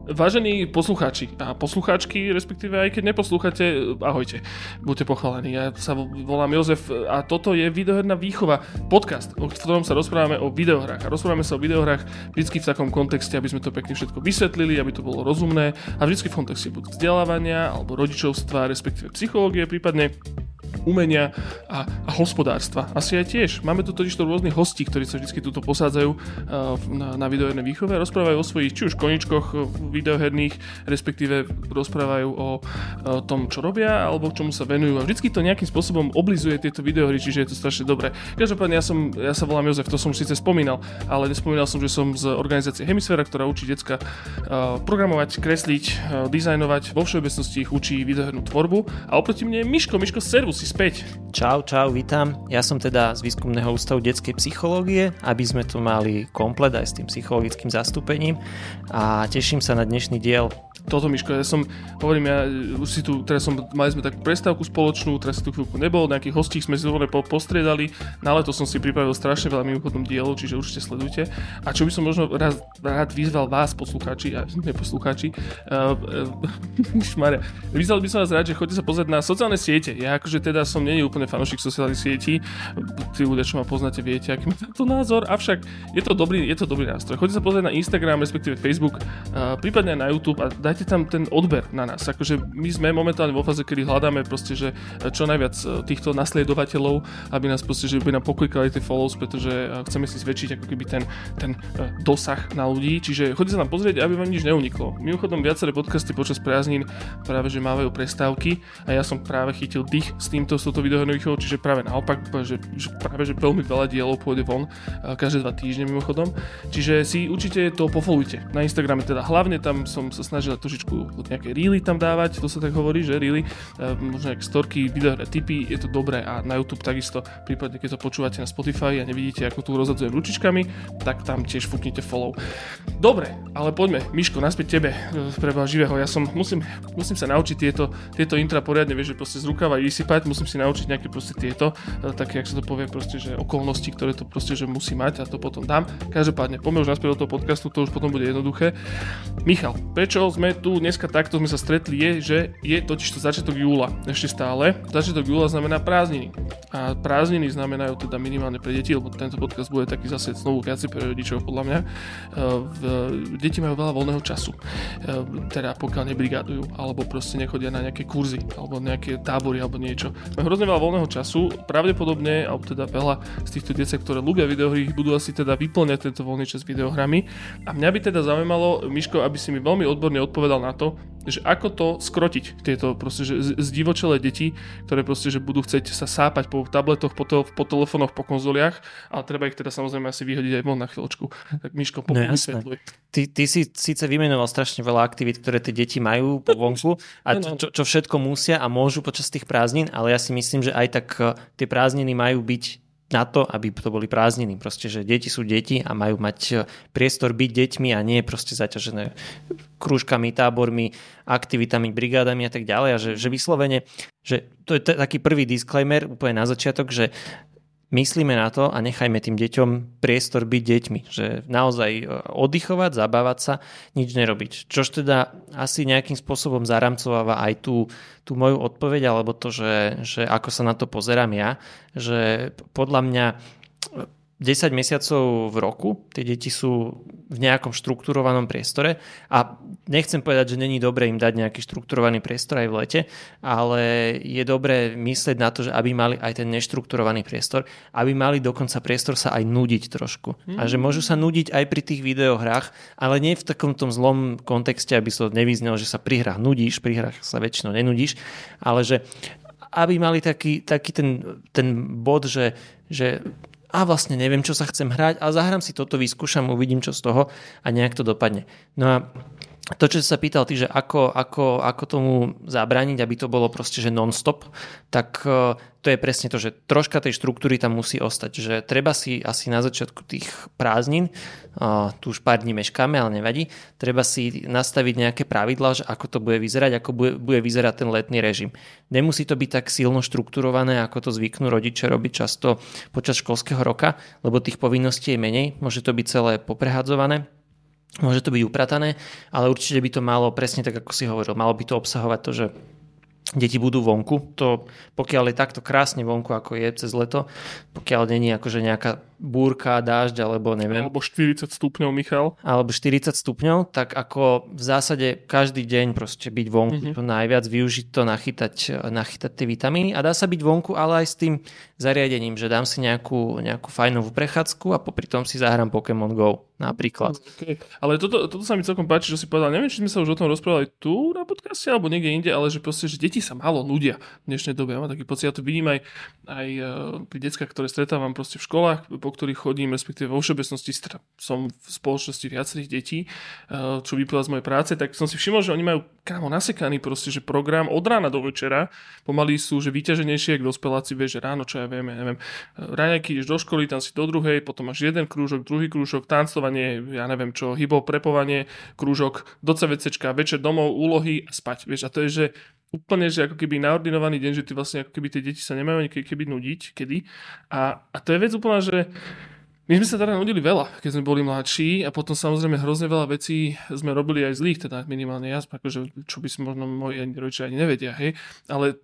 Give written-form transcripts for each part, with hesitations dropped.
Vážení poslucháči a poslucháčky, respektíve aj keď neposlúchate, ahojte, buďte pochválení. Ja sa volám Jozef a toto je Videoherná výchova, podcast, v ktorom sa rozprávame o videohrách. A rozprávame sa o videohrách vždycky v takom kontexte, aby sme to pekne všetko vysvetlili, aby to bolo rozumné a vždycky v kontexte buď vzdelávania alebo rodičovstva, respektíve psychológie, prípadne umenia a hospodárstva. Asi aj tiež. Máme tu totiž rôznych hostí, ktorí sa vždy tuto posádzajú na videohernej výchove a rozprávajú o svojich či už koničkoch videoherných, respektíve rozprávajú o tom, čo robia alebo čomu sa venujú a vždycky to nejakým spôsobom oblizuje tieto videohry, čiže je to strašne dobré. Každopádne ja sa volám Jozef, to som už síce spomínal, ale nespomínal som, že som z organizácie Hemisféra, ktorá učí decka programovať, kresliť, dizajnovať, vo všeobecnosti ich učí videohernú tvorbu a oproti mne je Miško, servus, si späť. Čau, vítam. Ja som teda z Výskumného ústavu detskej psychológie, aby sme tu mali komplet aj s tým psychologickým zastúpením a teším sa na dnešný diel. Toto, Miško, ja už si tu, teraz mali sme takú prestávku spoločnú, teraz si tu chvíľku nebol, nejakých hostí sme si postriedali, na leto som si pripravil strašne veľa mimochodom dielov, čiže určite sledujte. A čo by som možno rád vyzval vás, poslucháči a neposlucháči, vyzval by som vás rád, že choďte sa pozrieť na sociálne siete. Ja akože teda som nie úplne fanúšik sociálnych sietí, tí ľudia, čo ma poznáte, viete, aký má to názor, avšak je to dobrý nástroj. Choďte sa pozrieť na Instagram, respektíve Facebook, prípadne aj na YouTube a dajte tam ten odber na nás. Akože my sme momentálne vo fáze, kedy hľadáme proste, že čo najviac týchto nasledovateľov, aby nás proste, že by nám poklikali tie follows, pretože chceme si zväčšiť ako keby ten dosah na ľudí. Čiže choďte sa tam pozrieť, aby vám nič neuniklo. Mimochodom viaceré podcasty počas prázdnin práve že mávajú prestávky a ja som práve chytil dých s touto videohernou výchovou, čiže práve naopak, že veľmi veľa dielov pôjde von každé 2 týždne mimochodom. Čiže si určite to pofollujte. Na Instagrame teda hlavne tam som sa snažil trošičku nejaké reely tam dávať, to sa tak hovorí, že reely, možno nejaké storky, videohra tipy, je to dobré a na YouTube takisto, prípadne keď to počúvate na Spotify a nevidíte, ako tu rozhadzujem ručičkami, tak tam tiež fúknite follow. Dobre, ale poďme, Miško, naspäť tebe, preba živého, ja musím sa naučiť tieto intra poriadne, vieš, že proste z rukava vysypať, musím si naučiť nejaké proste tieto, také, jak sa to povie, proste, že okolnosti, ktoré to proste, že musí mať a to potom dám. Každopádne, poďme už naspäť do toho podcastu, to už potom bude jednoduché. Michal, prečo sme tu dneska takto sme sa stretli že je totiž to začiatok júla. Ešte stále. Začiatok júla znamená prázdniny. A prázdniny znamenajú teda minimálne pre deti, lebo tento podcast bude taký zase znovu viacej pre rodičov podľa mňa. Deti majú veľa voľného času. Teda pokiaľ nebrigádujú, alebo proste nechodia na nejaké kurzy, alebo nejaké tábory, alebo niečo. Majú hrozne veľa voľného času. Pravdepodobne, alebo teda veľa z týchto detí, ktoré ľúbia videohry, budú asi teda vyplňať tento voľný čas videohrami. A mňa by teda zaujímalo, Miško, aby si mi veľmi odborne odpovedal na to, že ako to skrotiť tieto proste, že zdivočelé deti, ktoré proste, že budú chcieť sa sápať po tabletoch, po telefónoch, po konzoliach, ale treba ich teda samozrejme asi vyhodiť aj von na chvíľočku. Tak Miško, vysvetľuj. Ty si síce vymenoval strašne veľa aktivít, ktoré tie deti majú po vonku a čo všetko musia a môžu počas tých prázdnin, ale ja si myslím, že aj tak tie prázdniny majú byť na to, aby to boli prázdniny. Proste, že deti sú deti a majú mať priestor byť deťmi a nie proste zaťažené krúžkami, tábormi, aktivitami, brigádami a tak ďalej. A že vyslovene, že to je taký prvý disclaimer úplne na začiatok, že myslíme na to a nechajme tým deťom priestor byť deťmi. Že naozaj oddychovať, zabávať sa, nič nerobiť. Čož teda asi nejakým spôsobom zaramcováva aj tú moju odpoveď, alebo to, že ako sa na to pozerám ja, že podľa mňa 10 mesiacov v roku tie deti sú v nejakom štrukturovanom priestore a nechcem povedať, že není dobre im dať nejaký štrukturovaný priestor aj v lete, ale je dobré myslieť na to, že aby mali aj ten neštrukturovaný priestor, aby mali dokonca priestor sa aj nudiť trošku. A že môžu sa nudiť aj pri tých videohrách, ale nie v takom tom zlom kontexte, aby to nevyznelo, že sa pri hrách nudíš, pri hrách sa väčšinou nenudíš, ale že aby mali taký ten bod, že a vlastne neviem, čo sa chcem hrať, ale zahrám si toto, vyskúšam, uvidím, čo z toho a nejak to dopadne. No a to, čo sa pýtal ty, že ako tomu zabrániť, aby to bolo proste, že non-stop, tak to je presne to, že troška tej štruktúry tam musí ostať. Že treba si asi na začiatku tých prázdnin, tu už pár dní meškáme, ale nevadí, treba si nastaviť nejaké pravidlá, že ako to bude vyzerať, ako bude vyzerať ten letný režim. Nemusí to byť tak silno štrukturované, ako to zvyknú rodičia robiť často počas školského roka, lebo tých povinností je menej, môže to byť celé poprehadzované. Môže to byť upratané, ale určite by to malo, presne tak, ako si hovoril, malo by to obsahovať to, že deti budú vonku. To, pokiaľ je takto krásne vonku, ako je cez leto, pokiaľ není akože nejaká búrka, dážď, alebo neviem. Alebo 40 stupňov, Michal. Alebo 40 stupňov, tak ako v zásade každý deň proste byť vonku, to najviac využiť to, nachytať tie vitamíny a dá sa byť vonku, ale aj s tým zariadením, že dám si nejakú fajnovú prechádzku a popri tom si zahrám Pokémon Go napríklad. Okay. Ale toto sa mi celkom páči, že si povedal, neviem, či sme sa už o tom rozprávali tu na podcaste alebo niekde inde, ale že proste, že deti sa málo nudia v dnešnej dobe. Ja mám taký pocit, ja to vidím aj pri deckách, ktoré stretávam proste v školách, po ktorých chodím, respektíve vo všeobecnosti som v spoločnosti viacerých detí, čo vyplýva z mojej práce, tak som si všimol, že oni majú kámo nasekaný proste, že program od rána do večera, pomaly sú, že vyťaženejšie, ako dospeláci, vieš, že ráno, čo ja neviem, raňajky ideš do školy, tam si do druhej, potom máš jeden krúžok, druhý krúžok, tancovanie, ja neviem čo, hybov, prepovanie, krúžok, do CVCčka, večer domov, úlohy a spať, vieš, a to je, že úplne, že ako keby naordinovaný deň, že ty vlastne ako keby tie deti sa nemajú keby nudiť, kedy. A to je vec úplne, že my sme sa teda nudili veľa, keď sme boli mladší a potom samozrejme hrozne veľa vecí sme robili aj zlých, teda minimálne ja, akože, čo by si možno moji rodičia ani nevedia, hej. Ale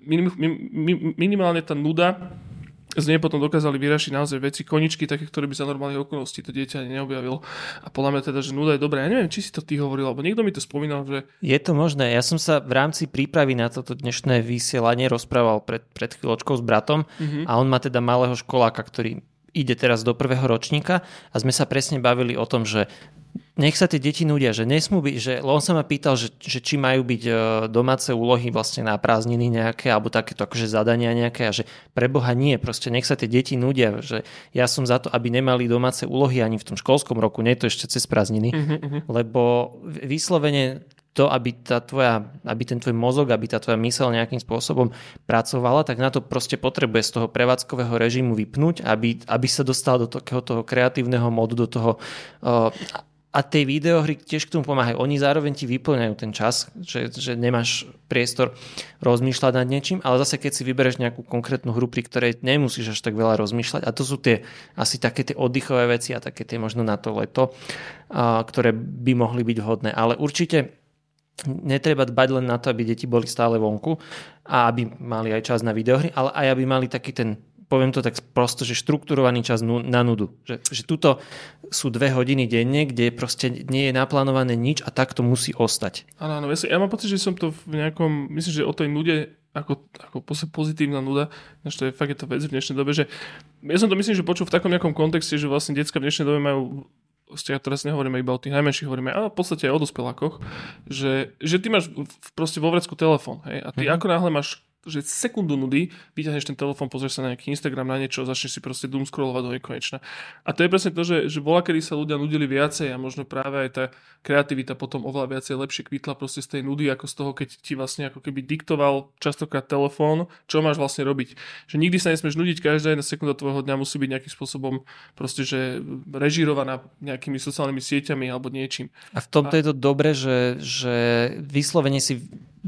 minimálne tá nuda z nej potom dokázali vyrašiť naozaj veci, koničky, také, ktoré by za normálnych okolností to dieťa ani neobjavilo. A podľa mňa teda, že nuda je dobrá. Ja neviem, či si to ty hovoril, alebo niekto mi to spomínal, že... Je to možné. Ja som sa v rámci prípravy na toto dnešné vysielanie rozprával pred chvíľočkou s bratom a on má teda malého školáka, ktorý ide teraz do prvého ročníka a sme sa presne bavili o tom, že nech sa tie deti nudia, že nesmú byť, že on sa ma pýtal, že či majú byť domáce úlohy vlastne na prázdniny nejaké, alebo takéto akože zadania nejaké a že pre Boha nie, proste nech sa tie deti nudia, že ja som za to, aby nemali domáce úlohy ani v tom školskom roku, nie to ešte cez prázdniny, lebo vyslovene to, aby ten tvoj mozog, aby tá tvoja myseľ nejakým spôsobom pracovala, tak na to proste potrebuje z toho prevádzkového režimu vypnúť, aby sa dostal do toho kreatívneho módu, do toho a tej videohry tiež k tomu pomáhajú. Oni zároveň ti vyplňajú ten čas, že nemáš priestor rozmýšľať nad niečím, ale zase keď si vybereš nejakú konkrétnu hru, pri ktorej nemusíš až tak veľa rozmýšľať, a to sú asi také tie oddychové veci a také tie možno na to leto, ktoré by mohli byť vhodné. Ale určite netreba dbať len na to, aby deti boli stále vonku a aby mali aj čas na videohry, ale aj aby mali taký ten, poviem to tak prosto, že štrukturovaný čas na nudu. Že tuto sú 2 hodiny denne, kde proste nie je naplánované nič a tak to musí ostať. Áno, ja mám pocit, že som to v nejakom, myslím, že o tej nude ako pozitívna nuda, to je fakt je to vec v dnešnej dobe, že ja som to myslím, že počul v takom nejakom kontexte, že vlastne decká v dnešnej dobe majú, ja teraz nehovoríme iba o tých najmenších, hovoríme ale v podstate aj o dospelákoch, že ty máš proste vo vrecku telefón, hej, a ty ako náhle máš že sekundu nudy, vyťahneš ten telefón, pozrieš sa na nejaký Instagram, na niečo, začneš si proste doom scrollovať do nekonečna. A to je presne to, že voľakedy sa ľudia nudili viacej a možno práve aj tá kreativita potom oveľa viacej lepšie kvitla proste z tej nudy, ako z toho, keď ti vlastne ako keby diktoval častokrát telefón, čo máš vlastne robiť. Že nikdy sa nesmieš nudiť, každá jedna sekunda tvojho dňa musí byť nejakým spôsobom proste, že režírovaná nejakými sociálnymi sieťami alebo niečím. A v tomto je to dobre, že vyslovene si,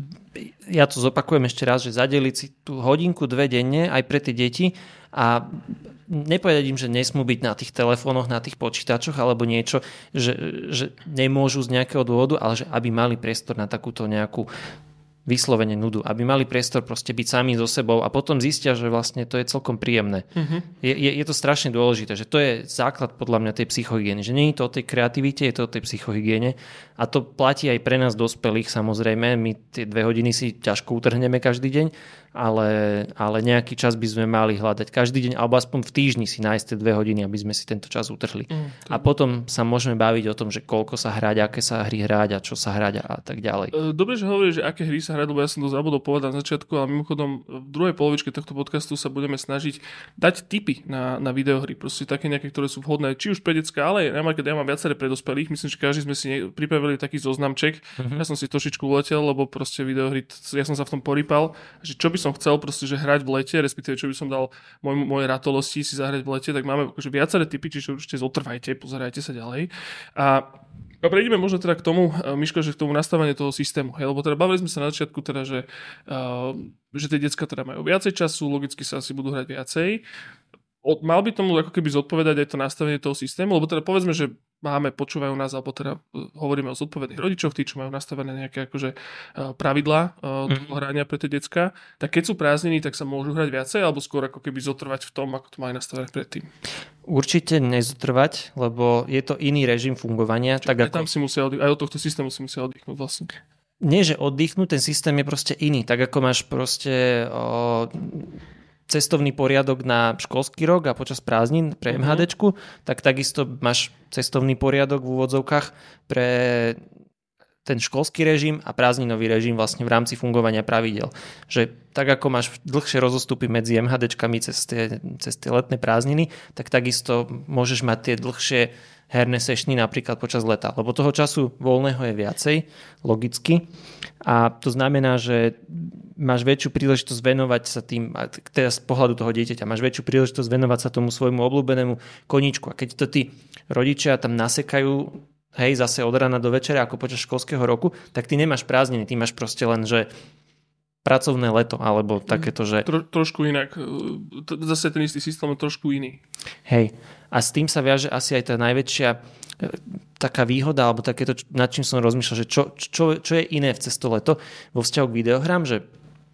ja to zopakujem ešte raz, že zadeliť si tú hodinku, 2 denne aj pre tie deti a nepovedať im, že nesmú byť na tých telefónoch, na tých počítačoch alebo niečo, že nemôžu z nejakého dôvodu, ale že aby mali priestor na takúto nejakú vyslovene nudu, aby mali priestor proste byť sami so sebou a potom zistia, že vlastne to je celkom príjemné. Je to strašne dôležité, že to je základ podľa mňa tej psychohygieny, že nie je to o tej kreativite, je to o tej psychohygiene a to platí aj pre nás dospelých samozrejme, my tie 2 hodiny si ťažko utrhneme každý deň, ale nejaký čas by sme mali hľadať každý deň, alebo aspoň v týždni si nájsť tie 2 hodiny, aby sme si tento čas utrhli. A potom sa môžeme baviť o tom, že koľko sa hrať, aké sa hry hrať a čo sa hrať a tak ďalej. Dobre, že hovoríš, že aké hry sa hrať, lebo ja som to zabudol povedať na začiatku, ale mimochodom v druhej polovičke tohto podcastu sa budeme snažiť dať tipy na videohry, proste také nejaké, ktoré sú vhodné, či už pre decka, ale ja mám viaceré pre dospelých, myslím, že každý sme si pripravili taký zoznamček. Ja som si trošičku uletel, lebo proste videohry, ja som sa v tom porýpal, že čo by som chcel proste, že hrať v lete, respektíve čo by som dal moje ratolosti si zahrať v lete, tak máme akože viaceré tipy, čiže určite zotrvajte, pozerajte sa ďalej. A prejdeme možno teda k tomu, Miško, že k tomu nastaveniu toho systému. Hej? Lebo teda bavili sme sa na začiatku teda, že tie decká teda majú viacej času, logicky sa asi budú hrať viacej. Mal by tomu ako keby zodpovedať aj to nastavenie toho systému, lebo teda povedzme, že počúvajú nás, alebo teda hovoríme o zodpovedných rodičoch, tí, čo majú nastavené nejaké akože pravidlá toho hrania pre tie decka, tak keď sú prázdniny, tak sa môžu hrať viacej, alebo skôr ako keby zotrvať v tom, ako to majú nastavené predtým? Určite nezotrvať, lebo je to iný režim fungovania. Tak ako... tam si musia aj od tohto systému si musia oddychnúť vlastne. Nie, že oddychnúť, ten systém je proste iný. Tak ako máš proste cestovný poriadok na školský rok a počas prázdnin pre MHDčku, tak takisto máš cestovný poriadok v úvodzovkách pre ten školský režim a prázdninový režim vlastne v rámci fungovania pravidel. Že tak ako máš dlhšie rozostupy medzi MHDčkami cez tie letné prázdniny, tak takisto môžeš mať tie dlhšie herné sešny napríklad počas leta. Lebo toho času voľného je viacej, logicky. A to znamená, že máš väčšiu príležitosť venovať sa tým, teda z pohľadu toho dieťaťa, máš väčšiu príležitosť venovať sa tomu svojmu obľúbenému koníčku. A keď to tí rodičia tam nasekajú, hej, zase od rána do večera, ako počas školského roku, tak ty nemáš prázdniny, ty máš proste len, že pracovné leto, alebo takéto, že... Trošku inak. Zase ten istý systém je trošku iný. Hej. A s tým sa viaže asi aj tá najväčšia taká výhoda, alebo takéto, nad čím som rozmýšľal, že čo je iné v cez to leto vo vzťahu k videohrám, že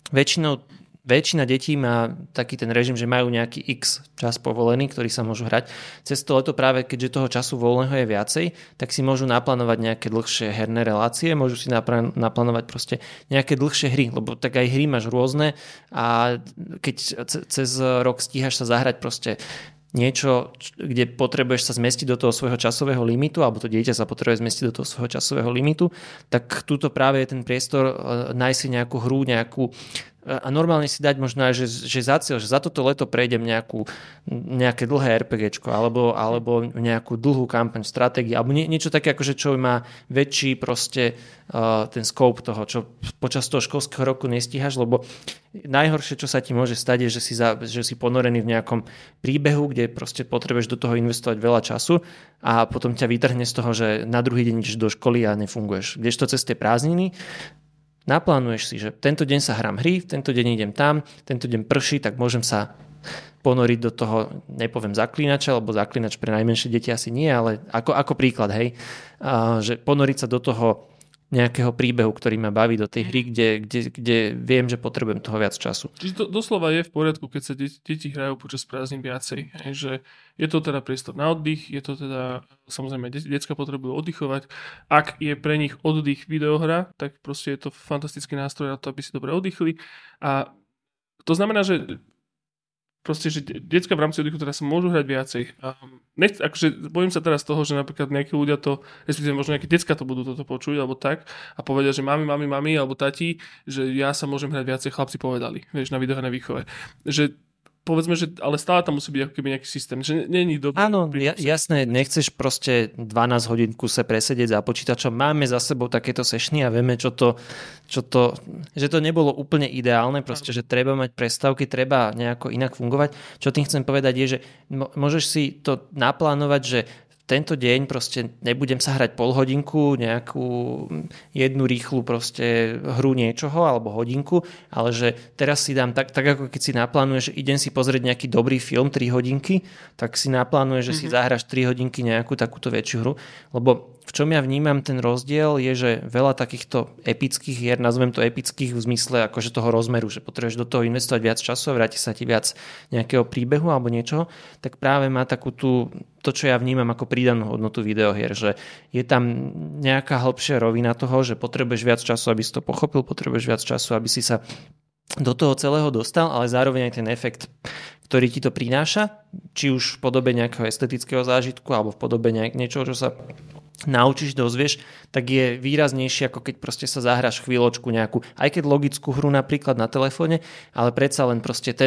väčšina detí má taký ten režim, že majú nejaký X čas povolený, ktorý sa môžu hrať. Cez to leto práve, keďže toho času voľného je viacej, tak si môžu naplánovať nejaké dlhšie herné relácie, môžu si naplánovať proste nejaké dlhšie hry, lebo tak aj hry máš rôzne a keď cez rok stíhaš sa zahrať proste niečo, kde potrebuješ sa zmestiť do toho svojho časového limitu, alebo to dieťa sa potrebuje zmestiť do toho svojho časového limitu, tak tuto práve je ten priestor nájsť si nejakú hru, a normálne si dať možno aj, že za cieľ, že za toto leto prejdem nejaké dlhé RPGčko alebo nejakú dlhú kampaň, stratégiu alebo niečo také, akože čo má väčší proste ten scope toho, čo počas toho školského roku nestíhaš, lebo najhoršie, čo sa ti môže stať, je, že si ponorený v nejakom príbehu, kde proste potrebuješ do toho investovať veľa času a potom ťa vytrhne z toho, že na druhý deň ideš do školy a nefunguješ. Kdežto cez tie prázdniny naplánuješ si, že tento deň sa hrám hry, tento deň idem tam, tento deň prší, tak môžem sa ponoriť do toho, nepoviem zaklínača, lebo zaklínač pre najmenšie deti asi nie, ale ako príklad, hej, že ponoriť sa do toho nejakého príbehu, ktorý ma baví, do tej hry, kde viem, že potrebujem toho viac času. Čiže to doslova je v poriadku, keď sa deti hrajú počas prázdnin viacej. Že je to teda priestor na oddych, je to teda, samozrejme, decka potrebujú oddychovať. Ak je pre nich oddych videohra, tak proste je to fantastický nástroj na to, aby si dobre oddychli. A to znamená, že proste, že decka v rámci oddychu teda sa môžu hrať viacej. Akože bojím sa teraz toho, že napríklad nejakí ľudia to, respektíve možno nejaké decka to budú toto počuť, alebo tak, a povedia, že mami, alebo tati, že ja sa môžem hrať viacej, chlapci povedali, vieš, na videohranej výchove. Že povedzme, že ale stále tam musí byť ako keby nejaký systém, že nie je dobrý. Áno, jasné, nechceš proste 12 hodín v kuse presedieť za počítačom. Máme za sebou takéto sešny a vieme, že to nebolo úplne ideálne, proste, že treba mať prestávky, treba nejako inak fungovať. Čo tým chcem povedať je, že môžeš si to naplánovať, že tento deň proste nebudem sa hrať pol hodinku, nejakú jednu rýchlu proste hru niečoho alebo hodinku, ale že teraz si dám tak ako keď si naplánuješ, že idem si pozrieť nejaký dobrý film 3 hodinky, tak si naplánuješ, že si zahráš 3 hodinky nejakú takúto väčšiu hru, lebo v čom ja vnímam ten rozdiel je, že veľa takýchto epických hier, nazvem to epických v zmysle akože toho rozmeru, že potrebuješ do toho investovať viac času a vráti sa ti viac nejakého príbehu alebo niečoho, tak práve má takú to, čo ja vnímam ako pridanú hodnotu videohier, že je tam nejaká hĺbšia rovina toho, že potrebuješ viac času, aby si to pochopil, potrebuješ viac času, aby si sa do toho celého dostal, ale zároveň aj ten efekt, ktorý ti to prináša, či už v podobe nejakého estetického zážitku alebo v podobe niečoho, čo sa naučíš, dozvieš, tak je výraznejšie, ako keď proste sa zahráš chvíľočku nejakú, aj keď logickú hru napríklad na telefóne, ale predsa len proste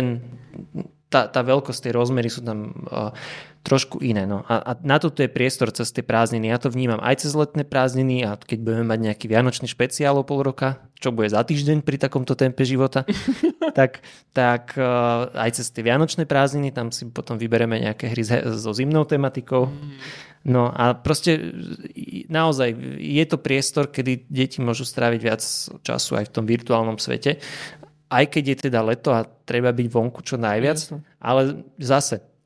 tá veľkosť, tie rozmery sú tam trošku iné. No. A na toto je priestor cez tie prázdniny. Ja to vnímam aj cez letné prázdniny a keď budeme mať nejaký vianočný špeciál o pol roka, čo bude za týždeň pri takomto tempe života, tak aj cez tie vianočné prázdniny, tam si potom vyberieme nejaké hry so zimnou tematikou. No a proste naozaj je to priestor, kedy deti môžu stráviť viac času aj v tom virtuálnom svete. Aj keď je teda leto a treba byť vonku čo najviac, ale zase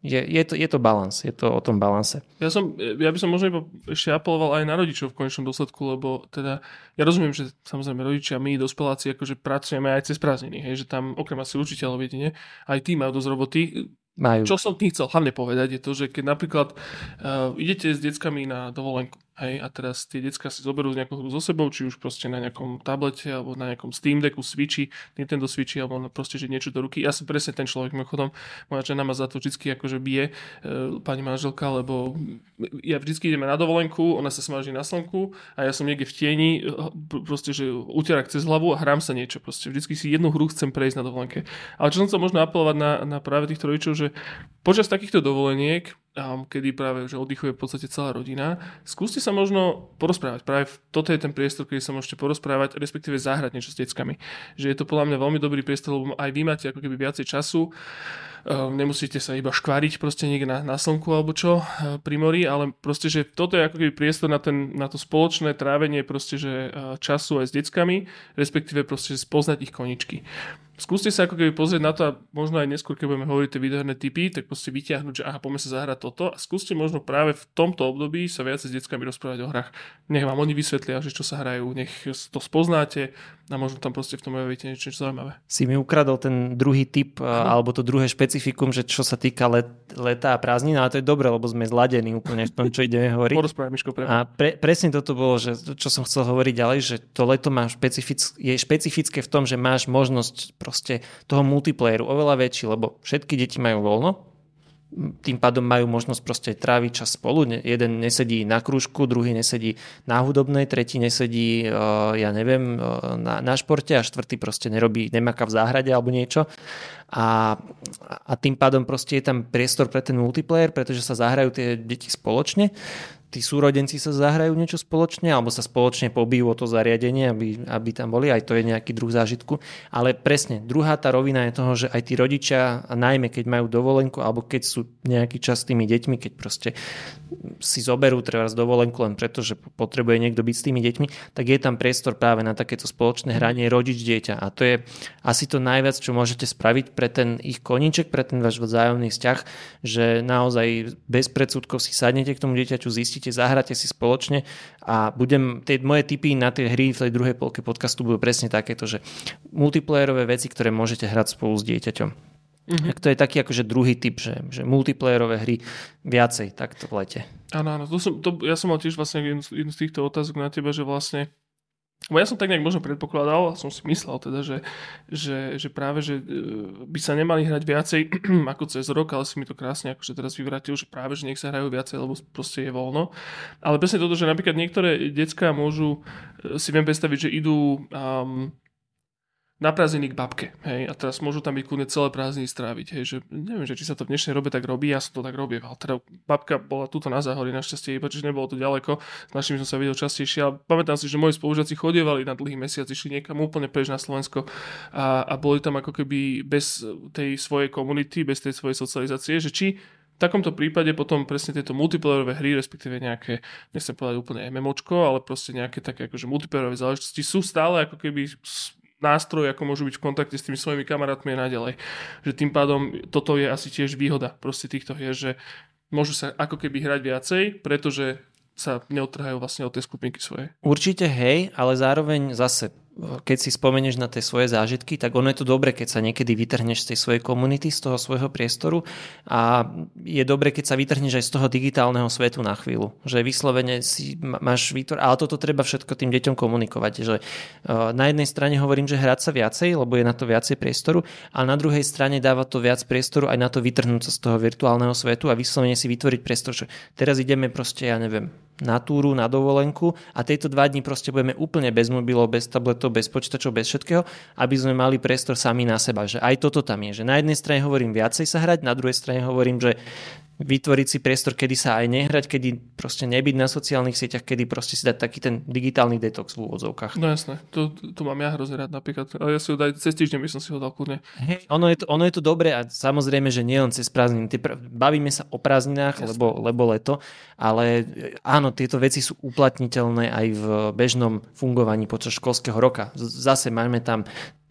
Je to balans, je to o tom balanse. Ja by som možno ešte apeloval aj na rodičov v konečnom dôsledku, lebo teda ja rozumiem, že samozrejme rodičia, my dospeláci akože pracujeme aj cez prázdniny, hej, že tam okrem asi učiteľov, viete, nie? Aj tí majú dosť roboty. Majú. Čo som tým chcel hlavne povedať je to, že keď napríklad idete s deckami na dovolenku, hej, a teraz tie decka si zoberú nejakú hru so sebou, či už proste na nejakom tablete, alebo na nejakom Steam Decku, Switchi, Nintendo Switchi, alebo proste, že niečo do ruky. Ja som presne ten človek, mimochodom, moja žena ma za to vždycky akože bije, pani manželka, lebo ja vždycky ideme na dovolenku, ona sa smaží na slnku a ja som niekde v tieni, proste, že utierak cez hlavu a hrám sa niečo, proste vždycky si jednu hru chcem prejsť na dovolenke. Ale čo som chcel možno apelovať na práve týchto rodičov, že počas takýchto dovoleniek, kedy práve že oddychuje v podstate celá rodina, skúste sa možno porozprávať. Práve toto je ten priestor, kedy sa môžete porozprávať, respektíve zahrať niečo s deckami. Že je to podľa mňa veľmi dobrý priestor, lebo aj vy máte ako keby viacej času. Nemusíte sa iba škváriť proste niekde na slnku alebo čo pri mori, ale proste, že toto je ako keby priestor na to spoločné trávenie proste, že času aj s deckami, respektíve proste spoznať ich koničky. Skúste sa ako keby pozrieť na to a možno aj neskôr, keď budeme hovoriť tie videoherné typy, tak proste vyťahnuť, že aha, poďme sa zahrať toto a skúste možno práve v tomto období sa viac s deckami rozprávať o hrách. Nech vám oni vysvetlia, že čo sa hrajú, nech to spoznáte a možno tam proste v tom objavíte niečo zaujímavé. Si mi ukradol ten druhý typ alebo to druhé špecifikum, že čo sa týka leta a prázdnin, ale to je dobre, lebo sme zladení úplne v tom, čo ideme hovoriť. Porozprávaj, Miško, a presne toto bolo, že čo som chcel hovoriť ďalej, že to leto je špecifické v tom, že máš možnosť proste toho multiplayeru oveľa väčší, lebo všetky deti majú voľno, tým pádom majú možnosť proste tráviť čas spolu. Jeden nesedí na krúžku, druhý nesedí na hudobnej, tretí nesedí, ja neviem, na športe a štvrtý proste nemaká v záhrade alebo niečo. A tým pádom proste je tam priestor pre ten multiplayer, pretože sa zahrajú tie deti spoločne. Tí súrodenci sa zahrajú niečo spoločne alebo sa spoločne pobijú o to zariadenie, aby tam boli, aj to je nejaký druh zážitku. Ale presne, druhá tá rovina je toho, že aj tí rodičia, najmä keď majú dovolenku alebo keď sú nejaký čas s tými deťmi, keď proste si zoberú trebárs dovolenku len preto, že potrebuje niekto byť s tými deťmi, tak je tam priestor práve na takéto spoločné hranie rodič-dieťa. A to je asi to najviac, čo môžete spraviť pre ten ich koníček, pre ten váš vzájomný vzťah, že naozaj bez predsudkov si sadnete k tomu dieťaťu, zistíte, zahráte si spoločne a tie moje tipy na tie hry v tej druhej polke podcastu budú presne takéto, že multiplayerové veci, ktoré môžete hrať spolu s dieťaťom. Mm-hmm. Tak to je taký akože druhý typ, že multiplayerové hry viacej takto v lete. Áno, ja som mal tiež vlastne jednu z týchto otázok na teba, že vlastne ja som tak nejak možno predpokladal, som si myslel teda, že práve, že by sa nemali hrať viacej ako cez rok, ale si mi to krásne akože teraz vyvrátil, že práve, že nech sa hrajú viacej, lebo proste je voľno. Ale presne toto, že napríklad niektoré decká môžu, si viem predstaviť, že idú na prázdniny k babke, hej, a teraz môžu tam byť kľudne celé prázdniny stráviť, hej, že neviem, že či sa to v dnešnej robe tak robí, ja som to tak robil, ale teda babka bola tuto na Záhori, našťastie, iba čiže nebolo to ďaleko, s našimi som sa videl častejšie, ale pamätám si, že moji spolužiaci chodievali na dlhý mesiac, išli niekam úplne preč na Slovensko a boli tam ako keby bez tej svojej komunity, bez tej svojej socializácie, že či v takomto prípade potom presne tieto multiplayerové hry, respektíve nejaké, nechcem povedať úplne MMOčko, ale proste nejaké také akože multiplayerové záležitosti sú stále ako keby nástroj, ako môžu byť v kontakte s tými svojimi kamarátmi a naďalej. Že tým pádom toto je asi tiež výhoda proste týchto hier, že môžu sa ako keby hrať viacej, pretože sa neodtrhajú vlastne od tej skupinky svojej. Určite hej, ale zároveň zase keď si spomenieš na tie svoje zážitky, tak ono je to dobre, keď sa niekedy vytrhneš z tej svojej komunity, z toho svojho priestoru a je dobre, keď sa vytrhneš aj z toho digitálneho svetu na chvíľu. Že vyslovene si máš ale toto treba všetko tým deťom komunikovať. Že na jednej strane hovorím, že hrať sa viacej, lebo je na to viacej priestoru, a na druhej strane dáva to viac priestoru aj na to vytrhnúť sa z toho virtuálneho svetu a vyslovene si vytvoriť priestor, že teraz ideme proste, ja neviem, na túru, na dovolenku a tieto 2 dni proste budeme úplne bez mobilov, bez tabletov, bez počítačov, bez všetkého, aby sme mali priestor sami na seba. Že aj toto tam je. Že na jednej strane hovorím viacej sa hrať, na druhej strane hovorím, že vytvoriť si priestor, kedy sa aj nehrať, kedy proste nebyť na sociálnych sieťach, kedy proste si dať taký ten digitálny detox v úvodzovkách. No jasné, to mám ja hrozne rád napríklad. Ale ja si ho daj cez týždeň, by som si ho dal kľudne. Hey, ono je to dobré a samozrejme, že nie len cez prázdniny. Bavíme sa o prázdninách, lebo leto, ale áno, tieto veci sú uplatniteľné aj v bežnom fungovaní počas školského roka. Zase máme tam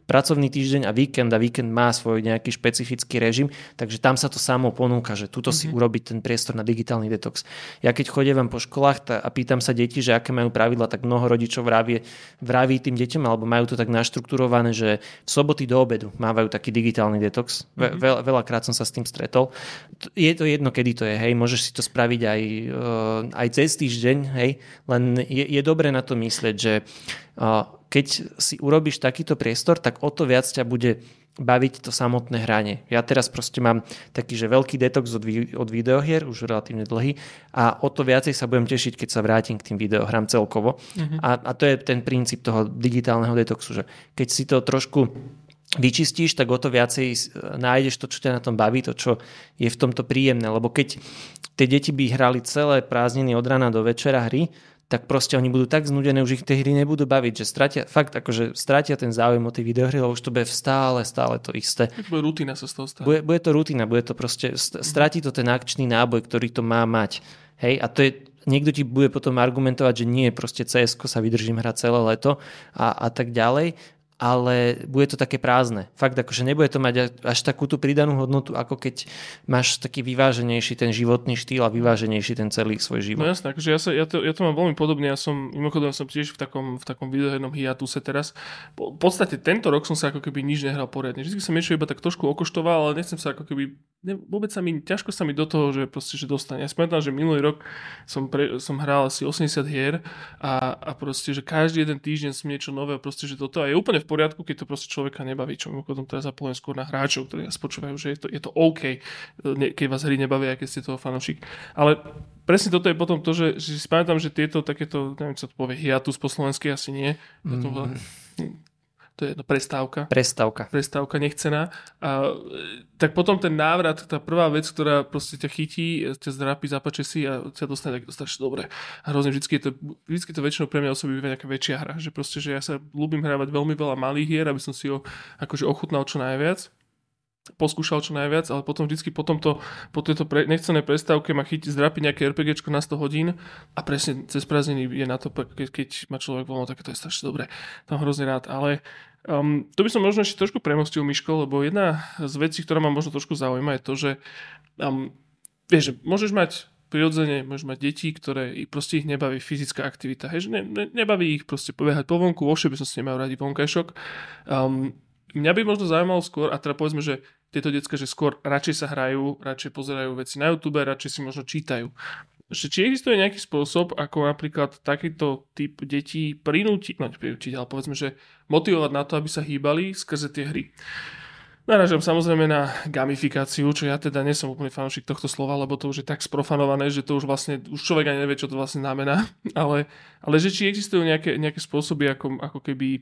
pracovný týždeň a víkend má svoj nejaký špecifický režim, takže tam sa to samo ponúka, že tuto si urobiť ten priestor na digitálny detox. Ja keď chodievam po školách a pýtam sa detí, že aké majú pravidla, tak mnoho rodičov vraví tým deťom, alebo majú to tak naštrukturované, že v soboty do obedu mávajú taký digitálny detox. Veľakrát som sa s tým stretol. Je to jedno, kedy to je, hej, môžeš si to spraviť aj cez týždeň, hej, len je dobré na to myslieť, že keď si urobíš takýto priestor, tak o to viac ťa bude baviť to samotné hranie. Ja teraz proste mám taký, že veľký detox od videohier, už relatívne dlhý, a o to viacej sa budem tešiť, keď sa vrátim k tým videohrám celkovo. A to je ten princíp toho digitálneho detoxu, že keď si to trošku vyčistíš, tak o to viacej nájdeš to, čo ťa na tom baví, to, čo je v tomto príjemné. Lebo keď tie deti by hrali celé prázdniny od rána do večera hry, tak proste oni budú tak znudené, už ich tie hry nebudú baviť, že stratia ten záujem o tej videohry, lebo už to bude stále to isté. Bude rutina sa z toho stať. Bude to rutina, bude to proste, stratí to ten akčný náboj, ktorý to má mať. Hej, a to je, niekto ti bude potom argumentovať, že nie, proste CS-ko sa vydržím hrať celé leto a tak ďalej, ale bude to také prázdne. Fakt, akože nebude to mať až takú tú pridanú hodnotu, ako keď máš taký vyváženejší ten životný štýl a vyváženejší ten celý svoj život. No jasné, akože ja to mám veľmi podobne. Mimochodom som tiež v takom videohernom hiatuse teraz. V podstate tento rok som sa ako keby nič nehral poriadne. Vždycky som niečo iba tak trošku okoštoval, ale nechcem sa ako keby ťažko sa mi do toho, že proste, že dostane. Ja spomínam, že minulý rok som hral asi 80 hier a proste, že každý jeden týždeň som niečo nové, proste, že toto a je úplne v poriadku, keď to proste človeka nebaví, čo mimochodom teraz zapojujem skôr na hráčov, ktorí nás počúvajú, že je to OK, keď vás hry nebavia, keď ste toho fanúšik. Ale presne toto je potom to, že si pamätám, že tieto takéto, neviem, čo to povie, hiatus po slovensky asi nie. To je prestávka nechcená. Tak potom ten návrat, tá prvá vec, ktorá proste ťa chytí, ťa zdrapí, zapače si a ťa dostane tak strašne dobre. A hrozne vždycky to väčšinou pre mňa osobí nejaká väčšia hra. Že proste, že ja sa ľúbim hrávať veľmi veľa malých hier, aby som si ho akože ochutnal čo najviac. Poskúšal čo najviac, ale potom vždycky po tejto nechcenej prestávke ma zdrapí nejaké RPGčko na 100 hodín a presne cez prázdniny je na to, keď má človek voľno, tak to je strašne dobre. Tam hrozne rád, ale tu by som možno ešte trošku premostil, Miško, lebo jedna z vecí, ktorá ma možno trošku zaujíma, je to, že vieš, že môžeš mať prirodzene, môžeš mať deti, ktoré proste ich nebaví fyzická aktivita. Hej, že nebaví ich proste pobehať po vonku, vo všeobecnosti nemajú radi vonkajšok. Mňa by možno zaujímalo skôr, a teda povedzme, že tieto decká, že skôr radšej sa hrajú, radšej pozerajú veci na YouTube, radšej si možno čítajú. Či existuje nejaký spôsob, ako napríklad takýto typ detí prinútiť, ale povedzme, že motivovať na to, aby sa hýbali skrze tie hry. Narážam samozrejme na gamifikáciu, čo ja teda nie som úplne fanúšik tohto slova, lebo to už je tak sprofanované, že to už vlastne, už človek ani nevie, čo to vlastne znamená. Ale že či existujú nejaké spôsoby, ako keby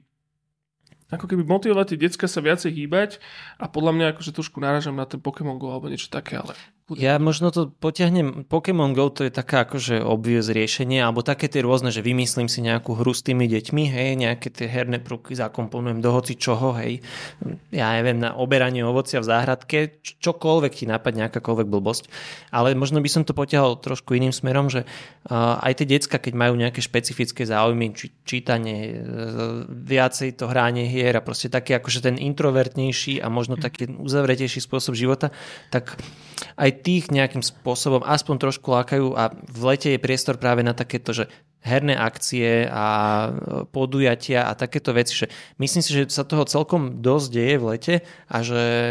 motivovať tie decka sa viacej hýbať a podľa mňa akože trošku narážam na ten Pokémon Go alebo niečo také, ale... Ja možno to potiahnem, Pokémon Go to je taká akože obvious riešenie, alebo také tie rôzne, že vymyslím si nejakú hru s tými deťmi, hej, nejaké tie herné prvky zakomponujem do hoci čoho, hej, ja neviem, na oberanie ovocia v záhradke, čokoľvek ti napadne, akákoľvek blbosť, ale možno by som to potiahol trošku iným smerom, že aj tie decka, keď majú nejaké špecifické záujmy, čítanie, viacej to hránie hier a proste taký akože ten introvertnejší a možno taký uzavretejší spôsob života, tak aj tých nejakým spôsobom aspoň trošku lákajú a v lete je priestor práve na takéto, že herné akcie a podujatia a takéto veci, že myslím si, že sa toho celkom dosť deje v lete a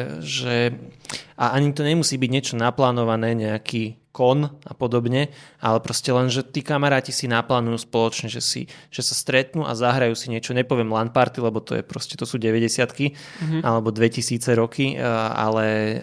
že a ani to nemusí byť niečo naplánované, nejaký kon a podobne, ale proste len, že tí kamaráti si naplánujú spoločne, že sa stretnú a zahrajú si niečo, nepoviem LAN party, lebo to je proste, to sú 90-ky alebo 2000 roky, ale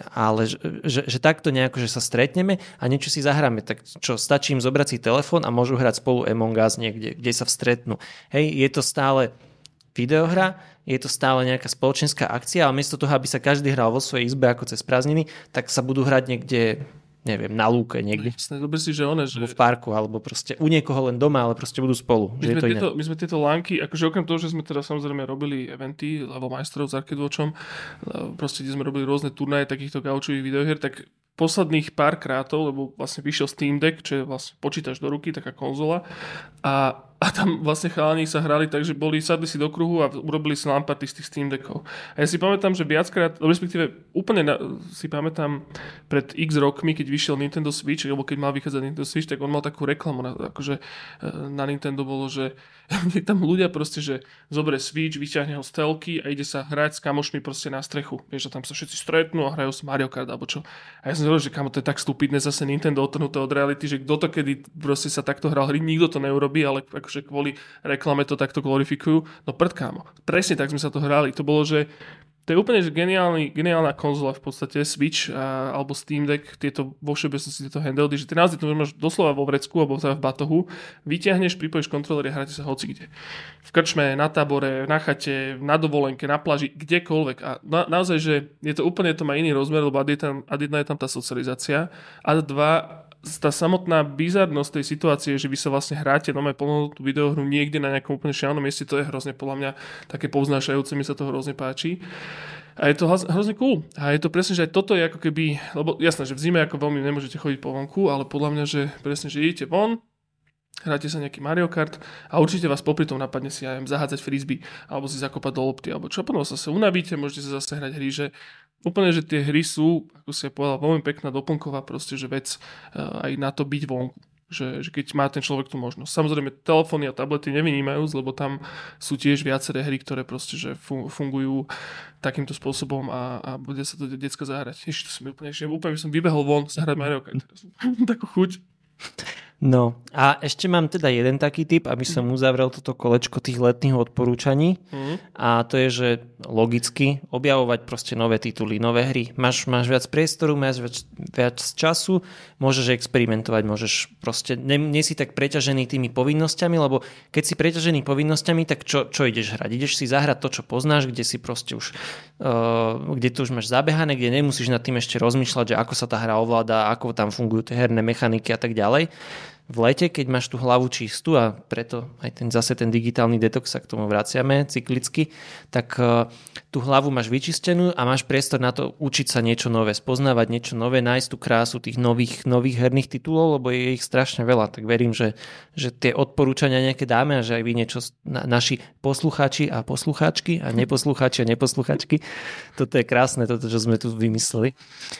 že takto nejako, že sa stretneme a niečo si zahráme, tak čo, stačí im zobrať si telefón a môžu hrať spolu Among Us niekde, kde sa vstretnú. Hej, je to stále videohra, je to stále nejaká spoločenská akcia, ale miesto toho, aby sa každý hral vo svojej izbe ako cez prázdniny, tak sa budú hrať niekde, neviem, na lúke niekde. Dobre si, že v parku, alebo proste u niekoho len doma, ale proste budú spolu. My sme tieto lánky, akože okrem toho, že sme teda samozrejme robili eventy, alebo majstrov s Arcade Watchom, proste kde sme robili rôzne turnaje takýchto gaučových videohier, tak posledných pár krátov, lebo vlastne vyšiel Steam Deck, čo je vlastne počítač do ruky, taká konzola, a A tam vlastne chalani sa hrali tak, že sadli si do kruhu a urobili si LAN party z tých Steam Deckov. A ja si pamätám, že viackrát, respektíve úplne si pamätám pred x rokmi, keď vyšiel Nintendo Switch, alebo keď mal vychádzať Nintendo Switch, tak on mal takú reklamu, akože na Nintendo bolo, že tam ľudia proste, že zoberie Switch, vyťahne ho z telky a ide sa hrať s kamošmi proste na strechu. Vieš, že tam sa všetci stretnú a hrajú si Mario Kart alebo čo. A ja som hovoril, že kamo, to je tak stupidné zase Nintendo odtrhnuté od reality, že kto to kedy proste sa takto hral hry, nikto to neurobí, ale akože kvôli reklame to takto glorifikujú. No prd, kámo. Presne tak sme sa to hrali. To bolo, že to je úplne že geniálna konzola v podstate, Switch alebo Steam Deck, tieto vo všeobecnosti tieto handheldy, že ty naozaj to máš doslova vo vrecku alebo v batohu, vyťahneš, pripojíš kontroler a hráte sa hocikde. V krčme, na tábore, na chate, na dovolenke, na pláži, kdekoľvek. A naozaj, že je to úplne, to má iný rozmer, lebo ad jedna je tam tá socializácia, ad dva tá samotná bizarnosť tej situácie, že vy sa vlastne hráte nové plnohodnotnú videohru niekde na nejakom úplne šialenom mieste, to je hrozne podľa mňa také povznášajúce, mi sa to hrozne páči. A je to hrozne cool. A je to presne, že aj toto je ako keby, lebo jasné, že v zime ako veľmi nemôžete chodiť po vonku, ale podľa mňa, že presne, že idete von, hráte sa nejaký Mario Kart a určite vás popri tom napadne si aj zahádzať frisbee alebo si zakopať do lopty, alebo čo, potom sa unavíte, môžete sa zase hrať hry, že úplne, že tie hry sú, ako si povedal, veľmi pekná doplnková proste, že vec aj na to byť vonku. Že keď má ten človek tú možnosť. Samozrejme, telefóny a tablety nevynímajú, lebo tam sú tiež viaceré hry, ktoré proste, že fungujú takýmto spôsobom a bude sa to decka zahrať. Ešte úplne by som vybehol von zahrať Mario Kart. Takú chuť. No a ešte mám teda jeden taký tip, aby som uzavrel toto kolečko tých letných odporúčaní a to je, že logicky objavovať proste nové tituly, nové hry. Máš viac priestoru, máš viac času, môžeš experimentovať, môžeš proste, nie si tak preťažený tými povinnosťami, lebo keď si preťažený povinnosťami, tak čo ideš hrať? Ideš si zahrať to, čo poznáš, kde si proste už kde to už máš zabehané, kde nemusíš nad tým ešte rozmýšľať, že ako sa tá hra ovláda, ako tam fungujú tie herné mechaniky a tak ďalej. V lete, keď máš tú hlavu čistú a preto aj zase ten digitálny detox, sa k tomu vraciame cyklicky, tak tú hlavu máš vyčistenú a máš priestor na to učiť sa niečo nové, spoznávať niečo nové, nájsť tú krásu tých nových herných titulov, lebo je ich strašne veľa. Tak verím, že tie odporúčania nejaké dáme a že aj vy niečo, naši poslucháči a poslucháčky a neposlucháči a neposlucháčky, toto je krásne, toto, čo sme tu vymysleli,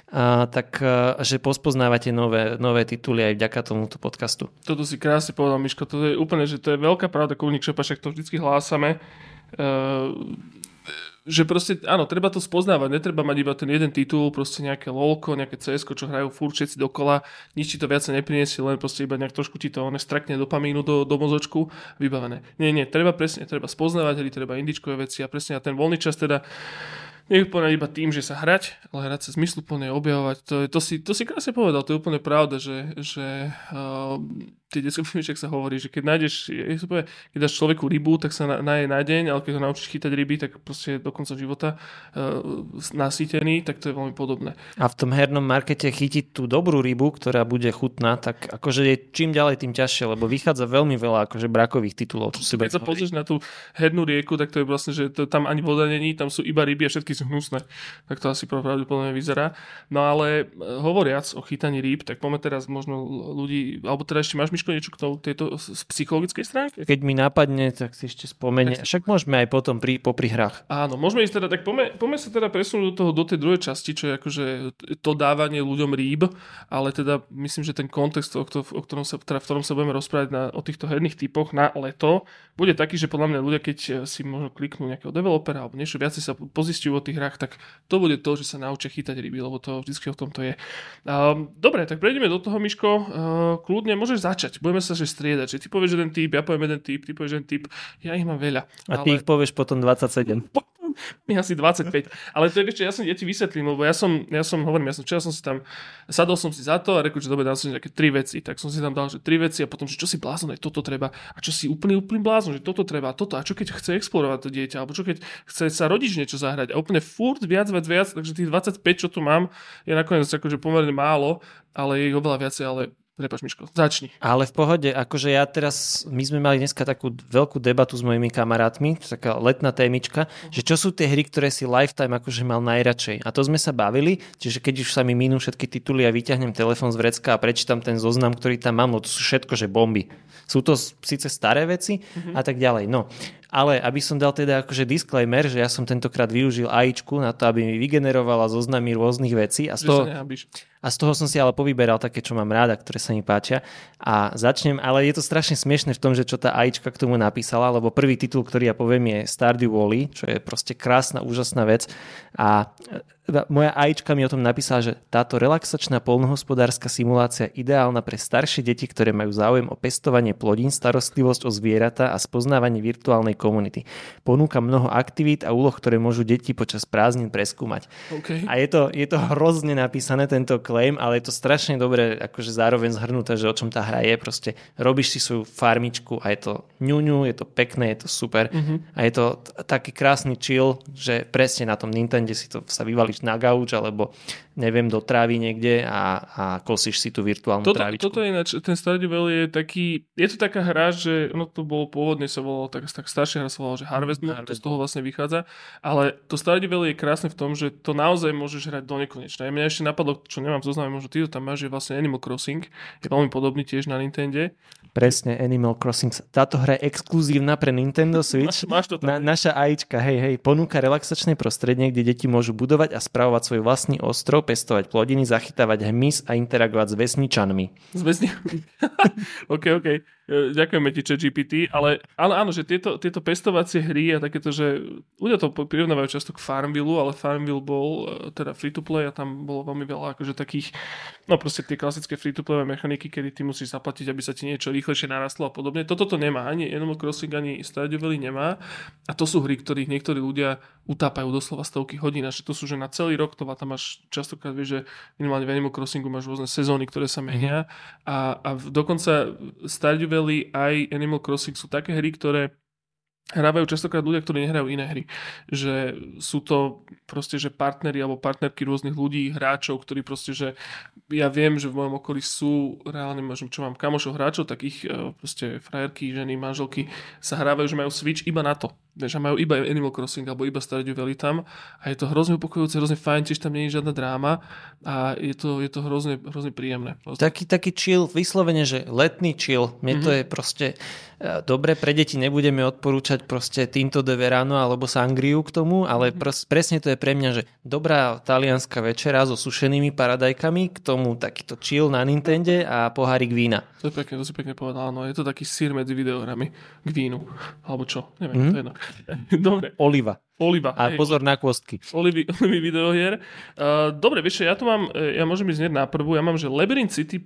tak že pospoznávate nové tituly aj vďaka tomuto podcastu. Toto si krásne povedal, Miško, to je úplne, že to je veľká pravda, Kulník Šopa, však to vždycky hlásame, že proste, áno, treba to spoznávať, netreba mať iba ten jeden titul, proste nejaké LOLko, nejaké CSko, čo hrajú furt všetci dokola, nič ti to viac nepriniesie, len proste iba nejak trošku ti to strakne dopamínu do mozočku, vybavené. Nie, treba spoznávať hry, treba indičkové veci a presne a ten voľný čas teda nie je úplne iba tým, že sa hrať, ale hrať sa zmysluplne, objavovať. To si krásne povedal, to je úplne pravda, že tie detské filmy, sa hovorí, že keď dáš človeku rybu, tak sa naje na deň, ale keď ho naučíš chytať ryby, tak proste do konca života nasýtený, tak to je veľmi podobné. A v tom hernom markete chytiť tú dobrú rybu, ktorá bude chutná, tak akože je čím ďalej tým ťažšie, lebo vychádza veľmi veľa akože brakových titulov. Keď sa pozrieš na tú hernú rieku, tak to je vlastne, že tam ani voda není, tam sú iba ryby a všetky sú hnusné. Tak to asi pravdepodobne vyzerá. No ale hovoriac o chytaní rýb, tak poďme teraz možno ľudí, alebo teda ešte máš, Miško, niečo k tejto psychologickej stránke? Keď mi napadne, tak si ešte spomeniem. Však môžeme aj potom popri hrách. Áno, môžeme ísť teda, tak poďme sa teda presunúť do tej druhej časti, čo je akože to dávanie ľuďom rýb, ale teda myslím, že ten kontext, v ktorom sa budeme rozprávať o týchto herných typoch na leto, bude taký, že podľa mňa ľudia, keď si možno kliknú nejakého developera alebo niečo viacej sa pozistujú o tých hrách, tak to bude to, že sa naučia chytať ryby, lebo to vždycky o tom to je. Dobre, tak prejdeme do toho, Miško. Kľudne môžeš začať. Budeme sa striedať, že ty povieš jeden typ, ja poviem jeden typ, ty povieš jeden typ, ja ich mám veľa. A ty ich povieš potom 27. Asi 25. Ale to je ešte, ja ti vysvetlím, lebo včera som si tam, sadol som si za to a rekol, že dobre, dám si nejaké 3 veci, tak som si tam dal, že 3 veci a potom, že čo si blázon, aj toto treba, a čo si úplný blázon, že toto treba, toto, a čo keď chce explorovať to dieťa, alebo čo keď chce sa rodič niečo zahrať a úplne furt viac, takže tých 25, čo tu mám, je nakoniec akože pomerne málo, ale je ich oveľa viacej, ale Prepáč, Miško, začni. Ale v pohode, akože my sme mali dneska takú veľkú debatu s mojimi kamarátmi, taká letná témička, že čo sú tie hry, ktoré si Lifetime akože mal najradšej. A to sme sa bavili, čiže keď už sa mi minú všetky tituly a vyťahnem telefón z vrecka a prečítam ten zoznam, ktorý tam mám, no to sú všetko, že bomby. Sú to síce staré veci a tak ďalej. No, ale aby som dal teda akože disclaimer, že ja som tentokrát využil AIčku na to, aby mi vygenerovala zoznamy rôznych vecí a z toho som si ale povyberal také, čo mám ráda, ktoré sa mi páčia. A začnem, ale je to strašne smiešne v tom, že čo tá AIčka k tomu napísala, lebo prvý titul, ktorý ja poviem, je Stardew Valley, čo je proste krásna, úžasná vec. A moja AIčka mi o tom napísala, že táto relaxačná poľnohospodárska simulácia je ideálna pre staršie deti, ktoré majú záujem o pestovanie plodín, starostlivosť o zvieratá a spoznávanie virtuálnej komunity. Ponúka mnoho aktivít a úloh, ktoré môžu deti počas prázdnin preskúmať. Okay. A je to hrozne napísané, tento claim, ale je to strašne dobre akože zároveň zhrnuté, že o čom tá hra je. Proste robíš si svoju farmičku a je to ňuňu, je to pekné, je to super. A je to taký krásny chill, že presne na tom Nintendo si to sa vyvalíš na gauč alebo neviem, do trávy niekde a kosíš si tú virtuálnu trávičku. Toto je ináč, ten Stardew Valley je taký, je to taká hra, že ono to bolo pôvodne sa volalo, tak staršia hra sa volala, že Harvest Moon, to z toho vlastne vychádza, ale to Stardew Valley je krásne v tom, že to naozaj môžeš hrať do nekonečna. Mňa ešte napadlo, čo nemám zozname, možno ty to tam máš, je vlastne Animal Crossing, je veľmi podobný tiež na Nintendo. Presne, Animal Crossing. Táto hra je exkluzívna pre Nintendo Switch. Máš to tam. Naša AIčka, hej, ponúka relaxačné prostredie, kde deti môžu budovať a spravovať svoj vlastný ostrov, pestovať plodiny, zachytávať hmyz a interagovať s vesničanmi. OK. Ďakujeme ti, ChatGPT, ale áno, že tieto pestovacie hry a takéto, že ľudia to prirovnávajú často k Farmville, ale Farmville bol teda free-to-play a tam bolo veľmi veľa akože takých, no proste tie klasické free-to-playové mechaniky, kedy ty musíš zaplatiť, aby sa ti niečo rýchlejšie narastlo a podobne. Toto to nemá, ani Animal Crossing, ani Stardew Valley nemá a to sú hry, ktorých niektorí ľudia utápajú doslova stovky hodín a že to sú, že na celý rok to tam máš častokrát, vieš, že minimálne v Animal Crossingu máš rôzne sezóny, ktoré sa menia a dokonca Stardew Valley aj Animal Crossing sú také hry, ktoré hrávajú častokrát ľudia, ktorí nehrajú iné hry. Že sú to proste, že partneri alebo partnerky rôznych ľudí, hráčov, ktorí proste, že ja viem, že v mojom okolí sú reálne, čo mám kamošov hráčov, takých proste frajerky, ženy, manželky sa hrávajú, že majú Switch iba na to. Že majú iba Animal Crossing alebo iba Stardew Valley tam a je to hrozne upokojujúce, hrozne fajn, tiež tam nie je žiadna dráma a je to hrozne príjemné. Taký chill, vyslovene, že letný chill. Mne to je proste dobre, pre deti nebudeme odporúčať proste Tinto de Verano alebo Sangriu k tomu, ale presne to je pre mňa, že dobrá talianská večera so sušenými paradajkami, k tomu takýto chill na Nintende a pohárik vína. To si pekne povedal, áno, je to taký sír medzi videohrami k vínu, alebo čo, neviem, to je jedno. Dobre. Oliva. A hej, pozor na kôstky. Olivy videohier. Dobre, vieš, ja tu mám, ja môžem ísť na prvú, ja mám, že Labyrinth City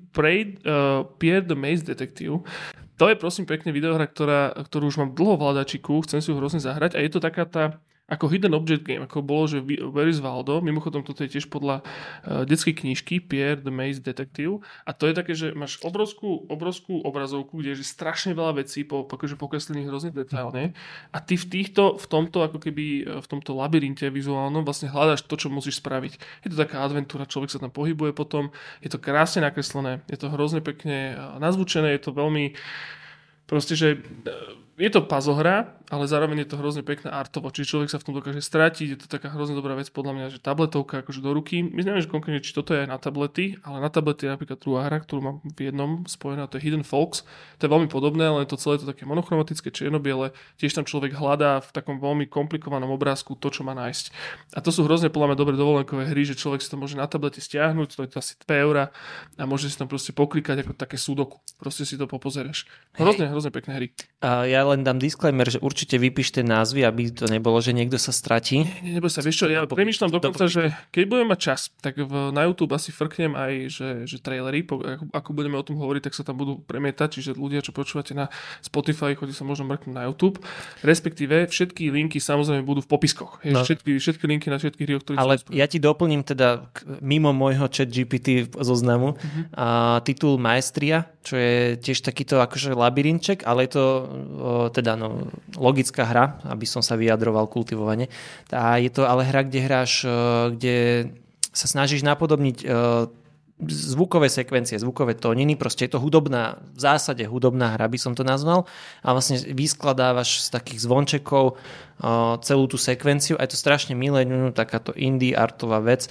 Pierre the Maze Detective. To je prosím pekne videohra, ktorú už mám dlho v hľadačiku, chcem si ju hrozne zahrať a je to taká tá ako hidden object game, ako bolo, že Where is Waldo, mimochodom toto je tiež podľa detskej knižky Pierre the Maze Detective a to je také, že máš obrovskú obrazovku, kde je strašne veľa vecí akože pokreslených hrozne detailne a ty v tomto ako keby v tomto labyrinte vizuálnom vlastne hľadáš to, čo musíš spraviť. Je to taká adventúra, človek sa tam pohybuje potom, je to krásne nakreslené, je to hrozne pekne nazvučené, je to veľmi proste, že je to puzzle-hra, ale zároveň je to hrozne pekná artovo, čiže človek sa v tom dokáže stratiť, je to taká hrozne dobrá vec podľa mňa, že tabletovka akože do ruky. My neviem, že konkrétne, či toto je aj na tablety, ale na tablety je napríklad druhá hra, ktorú mám v jednom spojená, to je Hidden Folks. To je veľmi podobné, ale to celé je to také monochromatické čierno-biele, tiež tam človek hľadá v takom veľmi komplikovanom obrázku to, čo má nájsť. A to sú hrozne podľa mňa dobré dovolenkové hry, že človek si to môže na tablete stiahnuť, to je to asi 2 € a môže si tam proste poklikať ako také sudoku. Proste si to popozeraš. Hrozne pekné hry. Ja len dám disclaimer, že určite vypíšte názvy, aby to nebolo, že niekto sa stratí. Neboj sa, vieš čo, ja premýšľam dokonca, že keď budeme mať čas, tak na YouTube asi frknem aj, že trailery, ako budeme o tom hovoriť, tak sa tam budú premietať, čiže ľudia, čo počúvate na Spotify, chodí sa možno mrknúť na YouTube, respektíve všetky linky samozrejme budú v popiskoch. No. Všetky linky na všetky hry, o ktorých ale ja ti doplním teda mimo môjho ChatGPT zoznamu titul Maestria, čo je tiež takýto akože labyrinček, ale je to teda logická hra, aby som sa vyjadroval kultivovane. A je to ale hra, kde hráš, kde sa snažíš napodobniť zvukové sekvencie, zvukové tóniny, proste je to hudobná, v zásade hudobná hra by som to nazval a vlastne vyskladávaš z takých zvončekov celú tú sekvenciu a je to strašne milé, takáto indie artová vec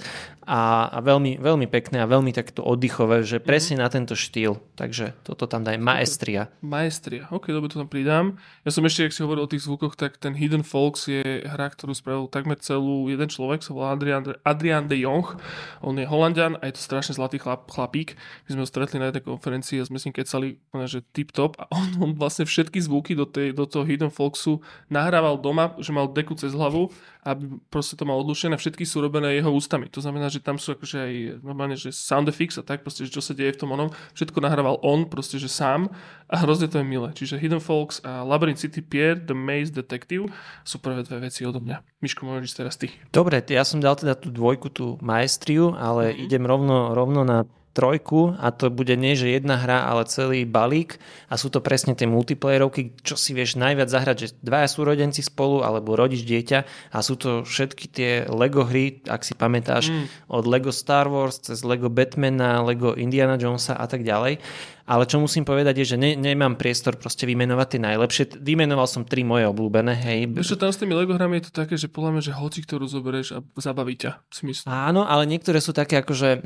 a veľmi, veľmi pekné a veľmi takto oddychové, že presne na tento štýl, takže toto tam daj Maestria. Maestria, ok, dobre, to tam pridám. Ja som ešte, ak si hovoril o tých zvukoch, tak ten Hidden Folks je hra, ktorú spravil takmer celú jeden človek, sa volá Adrian de Jong, on je Holanďan a je to strašne zlatý chlapík. My sme ho stretli na jednej konferencii a sme s ním kecali, že tip-top a on vlastne všetky zvuky do toho Hidden Folksu nahrával doma, že mal deku cez hlavu, aby proste to mal odlučené, všetky sú robené jeho ústami. To znamená, že tam sú akože aj normálne, že sound effects a tak, proste, že čo sa deje v tom onom, všetko nahrával on, proste, že sám a hrozne to je milé. Čiže Hidden Folks a Labyrinth City Pier, The Maze Detective sú prvé dve veci odo mňa. Miško, môžeš teraz ty. Dobre, ja som dal teda tú dvojku, tú Maestriu, ale idem rovno na trojku a to bude nie, že jedna hra, ale celý balík a sú to presne tie multiplayerovky, čo si vieš najviac zahrať, že dvaja súrodenci spolu alebo rodič dieťa a sú to všetky tie Lego hry, ak si pamätáš, od Lego Star Wars cez Lego Batmana, Lego Indiana Jonesa a tak ďalej. Ale čo musím povedať je, že nemám priestor proste vymenovať tie najlepšie. Vymenoval som 3 moje obľúbené, hej. Ešte tam s tými Lego hrami je to také, že podľa mňa, že hoci ktorú zoberieš a zabaví ťa, si myslím. Áno, ale niektoré sú také akože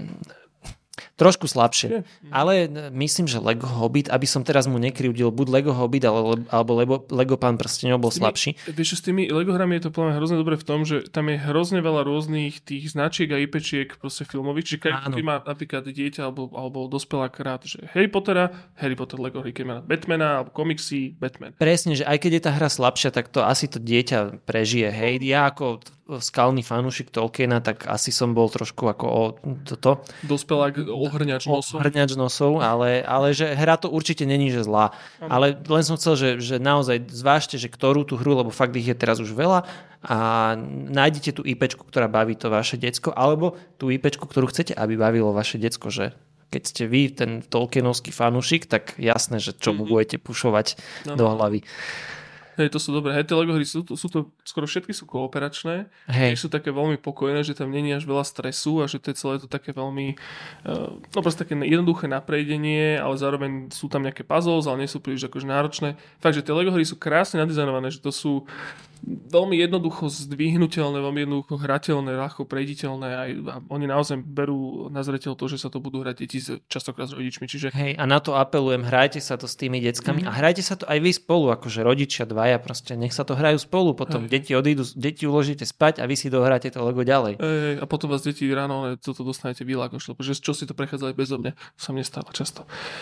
trošku slabšie. Ale myslím, že Lego Hobbit, aby som teraz mu nekryvdil, buď Lego Hobbit alebo Lego Pán prstenov bol slabší. Vieš, s tými Lego hrami je to podľa mňa hrozne dobre v tom, že tam je hrozne veľa rôznych tých značiek a IPčiek proste filmových, čiže keď má napríklad dieťa alebo dospelák rád, že Harry Potter Lego hry, keď má Batmana alebo komiksy, Batman. Presne, že aj keď je tá hra slabšia, tak to asi to dieťa prežije. Hej, ja ako skalný fanúšik Tolkiena, tak asi som bol trošku ako o toto. Dospelák ohrňač nosov, ale že hra to určite není, že zlá. Ale len som chcel, že naozaj zvážte, že ktorú tú hru, lebo fakt ich je teraz už veľa a nájdete tú IPčku, ktorá baví to vaše decko, alebo tú IPčku, ktorú chcete, aby bavilo vaše decko, že keď ste vy ten Tolkienovský fanúšik, tak jasné, že čo mu budete pušovať do hlavy. Hej, to sú dobré. Hej, tie Lego hry sú to, skoro všetky sú kooperačné. Hej. Sú také veľmi pokojné, že tam není až veľa stresu a že to je celé to také veľmi proste také jednoduché na prejdenie, ale zároveň sú tam nejaké puzzles, ale nie sú príliš akože náročné. Fakt, že tie Lego hry sú krásne nadizajnované, že to sú veľmi jednoducho zdvihnutelné, veľmi jednoducho hrateľné, ľahko prejditeľné a oni naozaj berú na zreteľ to, že sa to budú hrať deti častokrát s rodičmi. Čiže... Hej, a na to apelujem, hrajte sa to s tými deckami a hrajte sa to aj vy spolu, akože rodičia dvaja, proste nech sa to hrajú spolu, potom deti odídu, deti uložíte spať a vy si dohráte to Lego ďalej. A potom vás deti ráno toto dostanete vylákošlo, pretože čo si to prechádzali bezo mňa, to sa mne stáva často.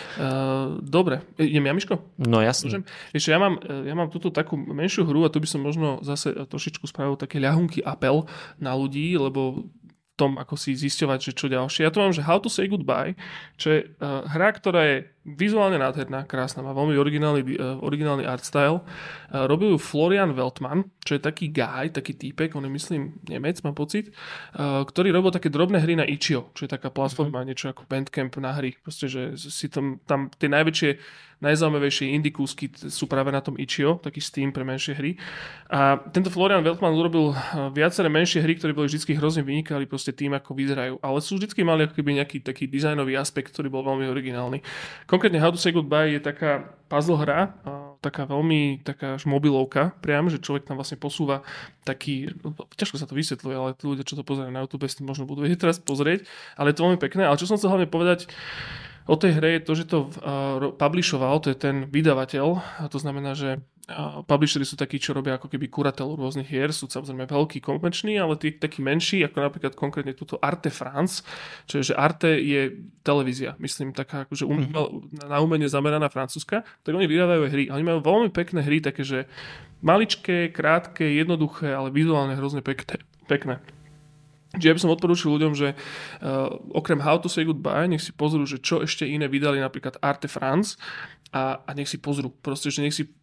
Dobre, idem ja, Miško? No jasne. Ešte ja mám túto takú menšiu hru a tu by som možno zase trošičku spravil také ľahunký apel na ľudí, lebo v tom, ako si zisťovať, že čo ďalšie. Ja tu mám, že How to Say Goodbye, čo je hra, ktorá je vizuálne nádherná, krásna, má veľmi originálny art style. Robil ju Florian Weltman, čo je taký guy, taký týpek, on je myslím Nemec, mám pocit, ktorý robil také drobné hry na Itch.io, čo je taká platforma, niečo ako Bandcamp na hry. Proste, že si tam tie najzaujímavejšie indie kúsky sú práve na tom Itch.io, taký Steam pre menšie hry. A tento Florian Weltman urobil viaceré menšie hry, ktoré boli vždy hrozne vynikali proste tým, ako vyzerajú. Ale sú vždy mali ako keby nejaký taký dizajnový aspekt, ktorý bol veľmi originálny. Konkrétne How to Say Goodbye je taká puzzle hra, taká veľmi taká mobilovka priam, že človek tam vlastne posúva taký, ťažko sa to vysvetľuje, ale tí ľudia, čo to pozerajú na YouTube, si možno budú vedieť teraz pozrieť, ale je to veľmi pekné. Ale čo som chcel hlavne povedať o tej hre je to, že to publishoval, to je ten vydavateľ, a to znamená, že publishery sú takí, čo robia ako keby kuratelu rôznych hier, sú samozrejme veľkí, komerční, ale tí takí menší, ako napríklad konkrétne túto Arte France, čo je, že Arte je televízia, myslím, taká akože na umenie zameraná francúzska, tak oni vydávajú hry. A oni majú veľmi pekné hry, také, že maličké, krátke, jednoduché, ale vizuálne hrozne pekné. Čiže ja by som odporúčil ľuďom, že okrem How to Say Goodbye, nech si pozrú, že čo ešte iné vydali napríklad Arte France a nech si pozrú. Proste, že nech si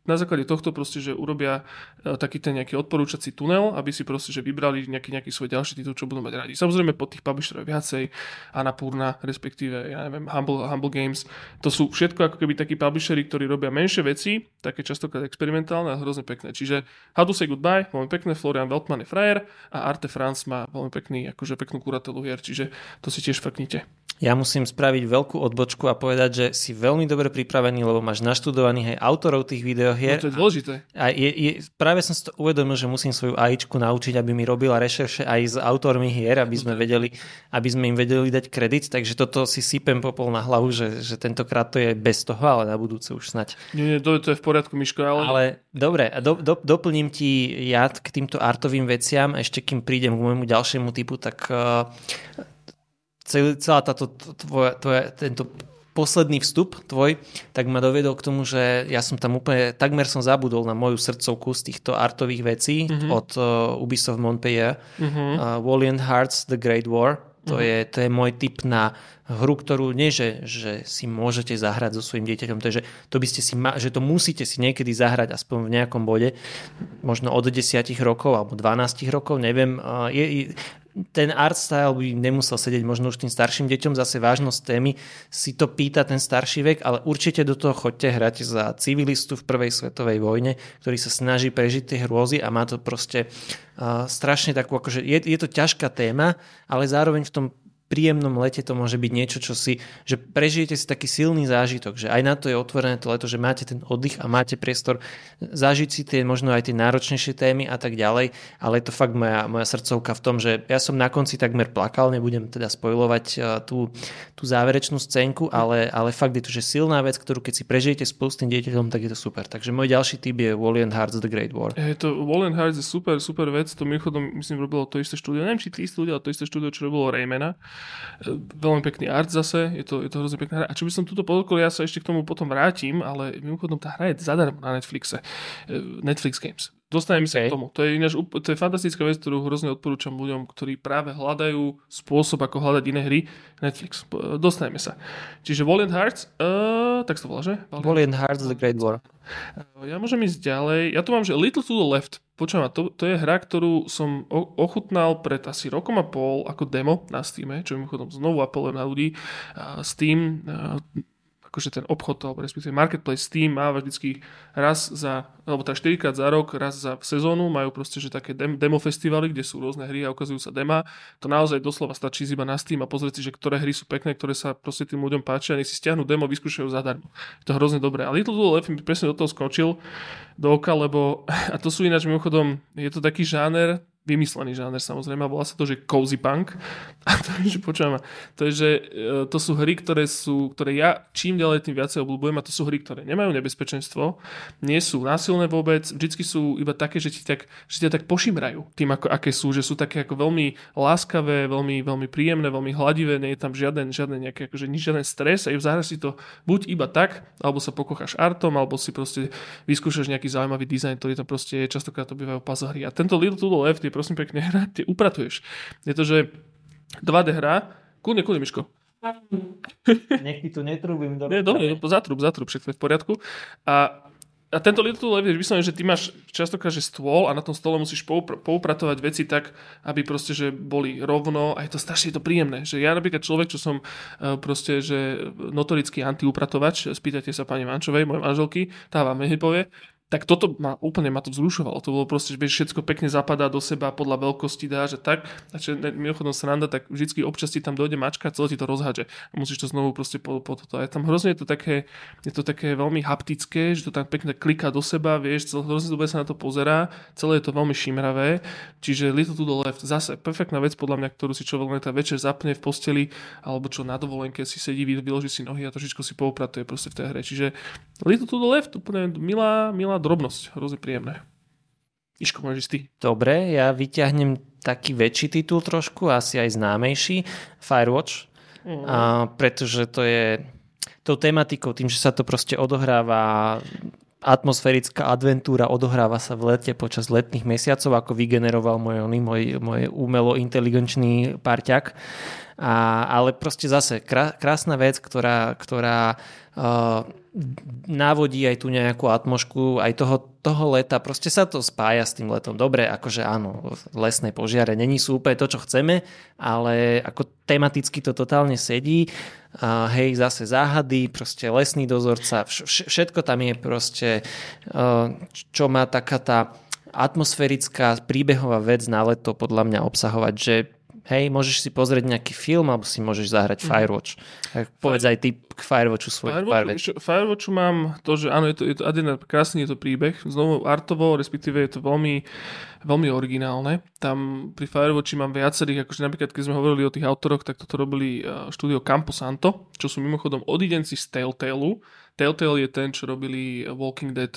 na základe tohto proste, že urobia taký ten nejaký odporúčací tunel, aby si proste, že vybrali nejaký svoj ďalší titul, čo budú mať radi. Samozrejme pod tých publisherov viacej, Annapurna, respektíve, ja neviem, Humble Games. To sú všetko ako keby takí publisheri, ktorí robia menšie veci, také častokrát experimentálne a hrozne pekné. Čiže How to Say Goodbye, veľmi pekné, Florian Weltmann je frajer a Arte France má veľmi peknú kuratelu hier, čiže to si tiež frknite. Ja musím spraviť veľkú odbočku a povedať, že si veľmi dobre pripravený, lebo máš naštudovaných aj autorov tých videohier. No to je dôležité. A práve som si to uvedomil, že musím svoju AIčku naučiť, aby mi robila rešerše aj s autormi hier, aby sme im vedeli dať kredit, takže toto si sypem popol na hlavu, že tentokrát to je bez toho, ale na budúce už snať. Nie, to je v poriadku, Miško. Ale dobre, doplním ti ja k týmto artovým veciam, ešte kým prídem k môjmu ďalšiemu typu, tak celá tento posledný vstup tvoj, tak ma dovedol k tomu, že ja som tam úplne, takmer som zabudol na moju srdcovku z týchto artových vecí od Ubisoft Montpellier. Valiant Hearts The Great War. To je môj tip na hru, ktorú nie, že si môžete zahrať so svojím dieťaťom, to je, že to musíte si niekedy zahrať aspoň v nejakom bode, možno od 10 rokov alebo 12 rokov, neviem. Ten art style by nemusel sedieť možno už tým starším deťom, zase vážnosť témy si to pýta ten starší vek, ale určite do toho choďte hrať za civilistu v prvej svetovej vojne, ktorý sa snaží prežiť tie hrôzy a má to proste strašne takú, akože je to ťažká téma, ale zároveň v tom príjemnom lete to môže byť niečo, že prežijete si taký silný zážitok, že aj na to je otvorené to leto, že máte ten oddych a máte priestor zažiť si tie možno aj tie náročnejšie témy a tak ďalej, ale je to fakt moja srdcovka v tom, že ja som na konci takmer plakal, nebudem teda spojovať tú záverečnú scénku, ale fakt je to, že silná vec, ktorú keď si prežijete spolu s tým dieťaťom, tak je to super. Takže môj ďalší tip je Valiant Hearts The Great War. Valiant Hearts je super vec, to mimochodom myslím robilo to isté štúdio, neviem či to isté štúdio, čo robilo Raymana. Veľmi pekný art zase, je to hrozne pekná hra. A čo by som tuto podotkol, ja sa ešte k tomu potom vrátim, ale mimochodom tá hra je zadarmo na Netflixe. Netflix Games. Dostaneme sa k tomu. To je fantastická vec, ktorú hrozne odporúčam ľuďom, ktorí práve hľadajú spôsob, ako hľadať iné hry. Netflix. Dostaneme sa. Čiže Valiant Hearts, tak to volá, že? Valiant Hearts The Great War. Ja môžem ísť ďalej. Ja tu mám, že Little to the Left. Počúvam, to je hra, ktorú som ochutnal pred asi rokom a pol ako demo na Steame, čo mimochodom znovu apelujem na ľudí. Steam, akože ten obchod, alebo respektíve Marketplace Steam má vždycky raz za, alebo teda 4-krát za rok, raz za sezónu, majú proste, že také demo festivaly, kde sú rôzne hry a ukazujú sa dema. To naozaj doslova stačí iba na Steam a pozrieť si, že ktoré hry sú pekné, ktoré sa proste tým ľuďom páčia, nech si stiahnu demo, vyskúšajú zadarmo. Je to hrozne dobré. A Little to Left mi presne do toho skočil do oka, lebo, a to sú ináč mimochodom, je to taký žáner, vymyslený žáner samozrejme, volá sa to, že cozy punk. A to je, že počúvam, to sú hry, ktoré ja čím ďalej tým viacej obľúbujem, a to sú hry, ktoré nemajú nebezpečenstvo, nie sú násilné vôbec, vždycky sú iba také, že ťa tak pošimrajú tým, aké sú, že sú také ako veľmi láskavé, veľmi, veľmi príjemné, veľmi hladivé, nie je tam žiaden nejaký, akože žiaden stres a zahraš si to buď iba tak, alebo sa pokocháš artom, alebo si proste vyskúšaš nejaký zaujímavý dizajn, ktorý tam proste je, častokrát to bývajú puzzle hry. A tento Little to the Left je prosím pekne hra, ty upratuješ. Je to, že 2D hra, kľudne, Miško. Nech ti tu netrúbim. Dobre, zatrúb, všetko je v poriadku. A tento Little Left je vyslovene, že ty máš častokrát, že stôl a na tom stole musíš poupratovať veci tak, aby proste, že boli rovno a je to strašne príjemné. Že ja napríklad človek, čo som proste, že notorický antiupratovač, spýtajte sa pani Vančovej, mojej manželky, tá vám nepovie, tak toto ma to vzrušovalo. To bolo proste, že všetko pekne zapadá do seba, podľa veľkosti dáš a tak. A čo mimochodom sranda, tak vždycky občas ti tam dojde mačka a celé ti to rozhádže. A musíš to znovu proste po toto. A tam hrozne je to také veľmi haptické, že to tam pekne kliká do seba, vieš, hrozne dobre sa na to pozerá, celé je to veľmi šimravé. Čiže Little to the Left, zase perfektná vec podľa mňa, ktorú si človek len tak večer zapne v posteli, alebo čo na dovolenke si sedí, vyloží si nohy a trošičku si poupratuje proste v tej hre. Čiže Little to the Left, úplne milá drobnosť, hrozne príjemné. Iško, môžeš ty. Dobre, ja vyťahnem taký väčší titul trošku, asi aj známejší, Firewatch, pretože to je tou tematikou, tým, že sa to proste odohráva, atmosférická adventúra, odohráva sa v lete počas letných mesiacov, ako vygeneroval môj umelo inteligenčný parťak. Ale proste zase krásna vec, ktorá návodí aj tú nejakú atmosféru aj toho leta. Proste sa to spája s tým letom. Dobre, akože áno, lesné požiare není sú úplne to, čo chceme, ale ako tematicky to totálne sedí. Hej, zase záhady, proste lesný dozorca, všetko tam je proste, čo má taká tá atmosférická príbehová vec na leto podľa mňa obsahovať, že hej, môžeš si pozrieť nejaký film alebo si môžeš zahrať Firewatch. Povedz aj ty k Firewatchu svoj pár vecí. Firewatchu mám to, že áno, je to krásny je to príbeh. Znovu artovo, respektíve je to veľmi, veľmi originálne. Tam pri Firewatchi mám viacerých, akože napríklad keď sme hovorili o tých autoroch, tak toto robili štúdio Camposanto, čo sú mimochodom odidenci z Telltale. Telltale je ten, čo robili Walking Dead.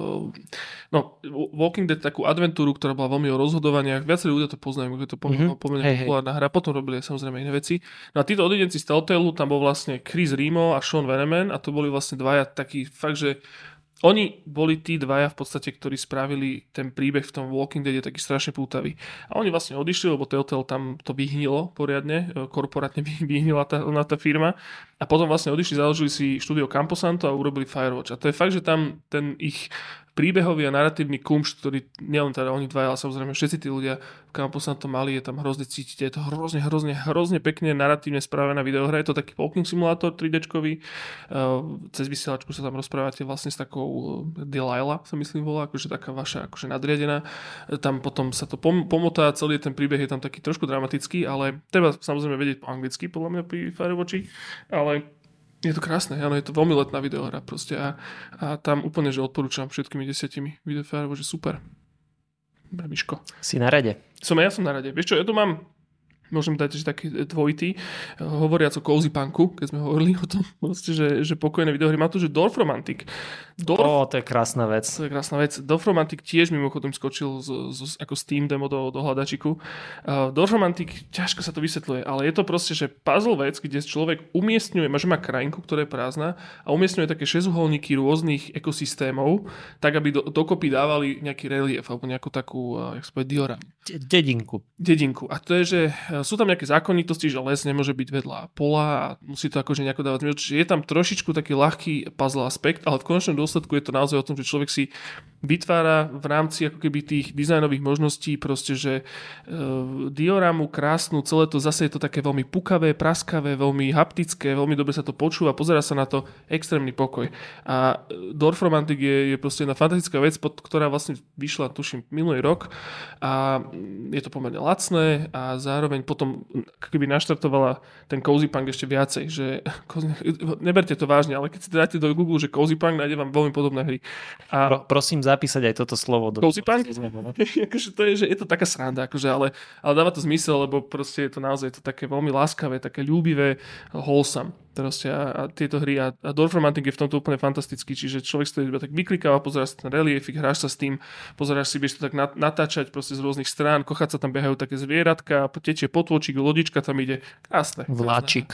Walking Dead takú adventúru, ktorá bola veľmi o rozhodovaniach. Viacerí ľudia to poznajú, je to pomerne populárna hra. Potom robili samozrejme iné veci. No a títo odidenci z Telltale, tam bol vlastne Chris Remo a Sean Veneman a to boli vlastne dvaja takí fakt, že oni boli tí dvaja v podstate, ktorí spravili ten príbeh v tom Walking Dead je taký strašne pútavý. A oni vlastne odišli, lebo Telltale tam to vyhnilo poriadne, korporátne vyhnila tá firma. A potom vlastne odišli, založili si štúdio Camposanto a urobili Firewatch. A to je fakt, že tam ten ich príbehový a naratívny kumš, ktorý nielen teda oni dvaja, ale samozrejme všetci tí ľudia v Camposanto mali, je tam hrozne cítiť, je to hrozne pekne naratívne spravená videohra, je to taký walking simulátor 3D-čkový, cez vysielačku sa tam rozprávate vlastne s takou Delilah, sa myslím volá, akože taká vaša akože nadriadená, tam potom sa to pomotá, celý ten príbeh je tam taký trošku dramatický, ale treba samozrejme vedieť po anglicky, podľa mňa pri Firewatchi, ale je to krásne, áno, je to veľmi letná videohra proste a tam úplne, že odporúčam všetkými 10 videohra, že super. Dobre, Miško. Si na rade. Ja som na rade. Vieš čo, ja tu mám, môžem dať že taký dvojitý, hovoriac o cozy punku, keď sme hovorili o tom, proste, že pokojné videohry. Má tu, že Dorfromantik. To je krásna vec. To je krásna vec. Dorfromantik tiež mimochodom skočil ako Steam demo do hľadačiku. Dorfromantik, ťažko sa to vysvetľuje, ale je to proste, že puzzle vec, kde človek umiestňuje, že má krajinku, ktorá je prázdna a umiestňuje také šesťuholníky rôznych ekosystémov, tak aby dokopy dávali nejaký relief alebo nejakú takú, jak sa povie, dioramu. Dedinku. A to je, že sú tam nejaké zákonitosti, že les nemôže byť vedľa pola a musí to akože nejako dávať. Čiže je tam trošičku taký ľahký puzzle aspekt, ale v konečnom dôsledku je to naozaj o tom, že človek si vytvára v rámci ako keby tých dizajnových možností proste, že dioramu krásnu, celé to zase je to také veľmi pukavé, praskavé, veľmi haptické, veľmi dobre sa to počúva, pozerá sa na to, extrémny pokoj. A Dorfromantik je proste jedna fantastická vec, ktorá vlastne vyšla, tuším, minulý rok a je to pomerne lacné a zároveň potom keby naštartovala ten cozy punk ešte viacej, že neberte to vážne, ale keď si dáte do Google, že cozy punk, nájde vám veľmi podobné hry. A prosím zapísať aj toto slovo. Cozy punk? Akože to je, že je to taká sranda, akože, ale dáva to zmysel, lebo proste je to naozaj to také veľmi láskavé, také ľúbivé, wholesome. A tieto hry a Dorfromantik je v tomto úplne fantastický, čiže človek si to iba tak vyklikáva, pozerá sa ten reliefik, hráš sa s tým, pozeráš si, vieš to tak natáčať proste z rôznych strán, kochať sa tam behajú také zvieratka, tečie potôčik, lodička tam ide, krásne. Vláčik.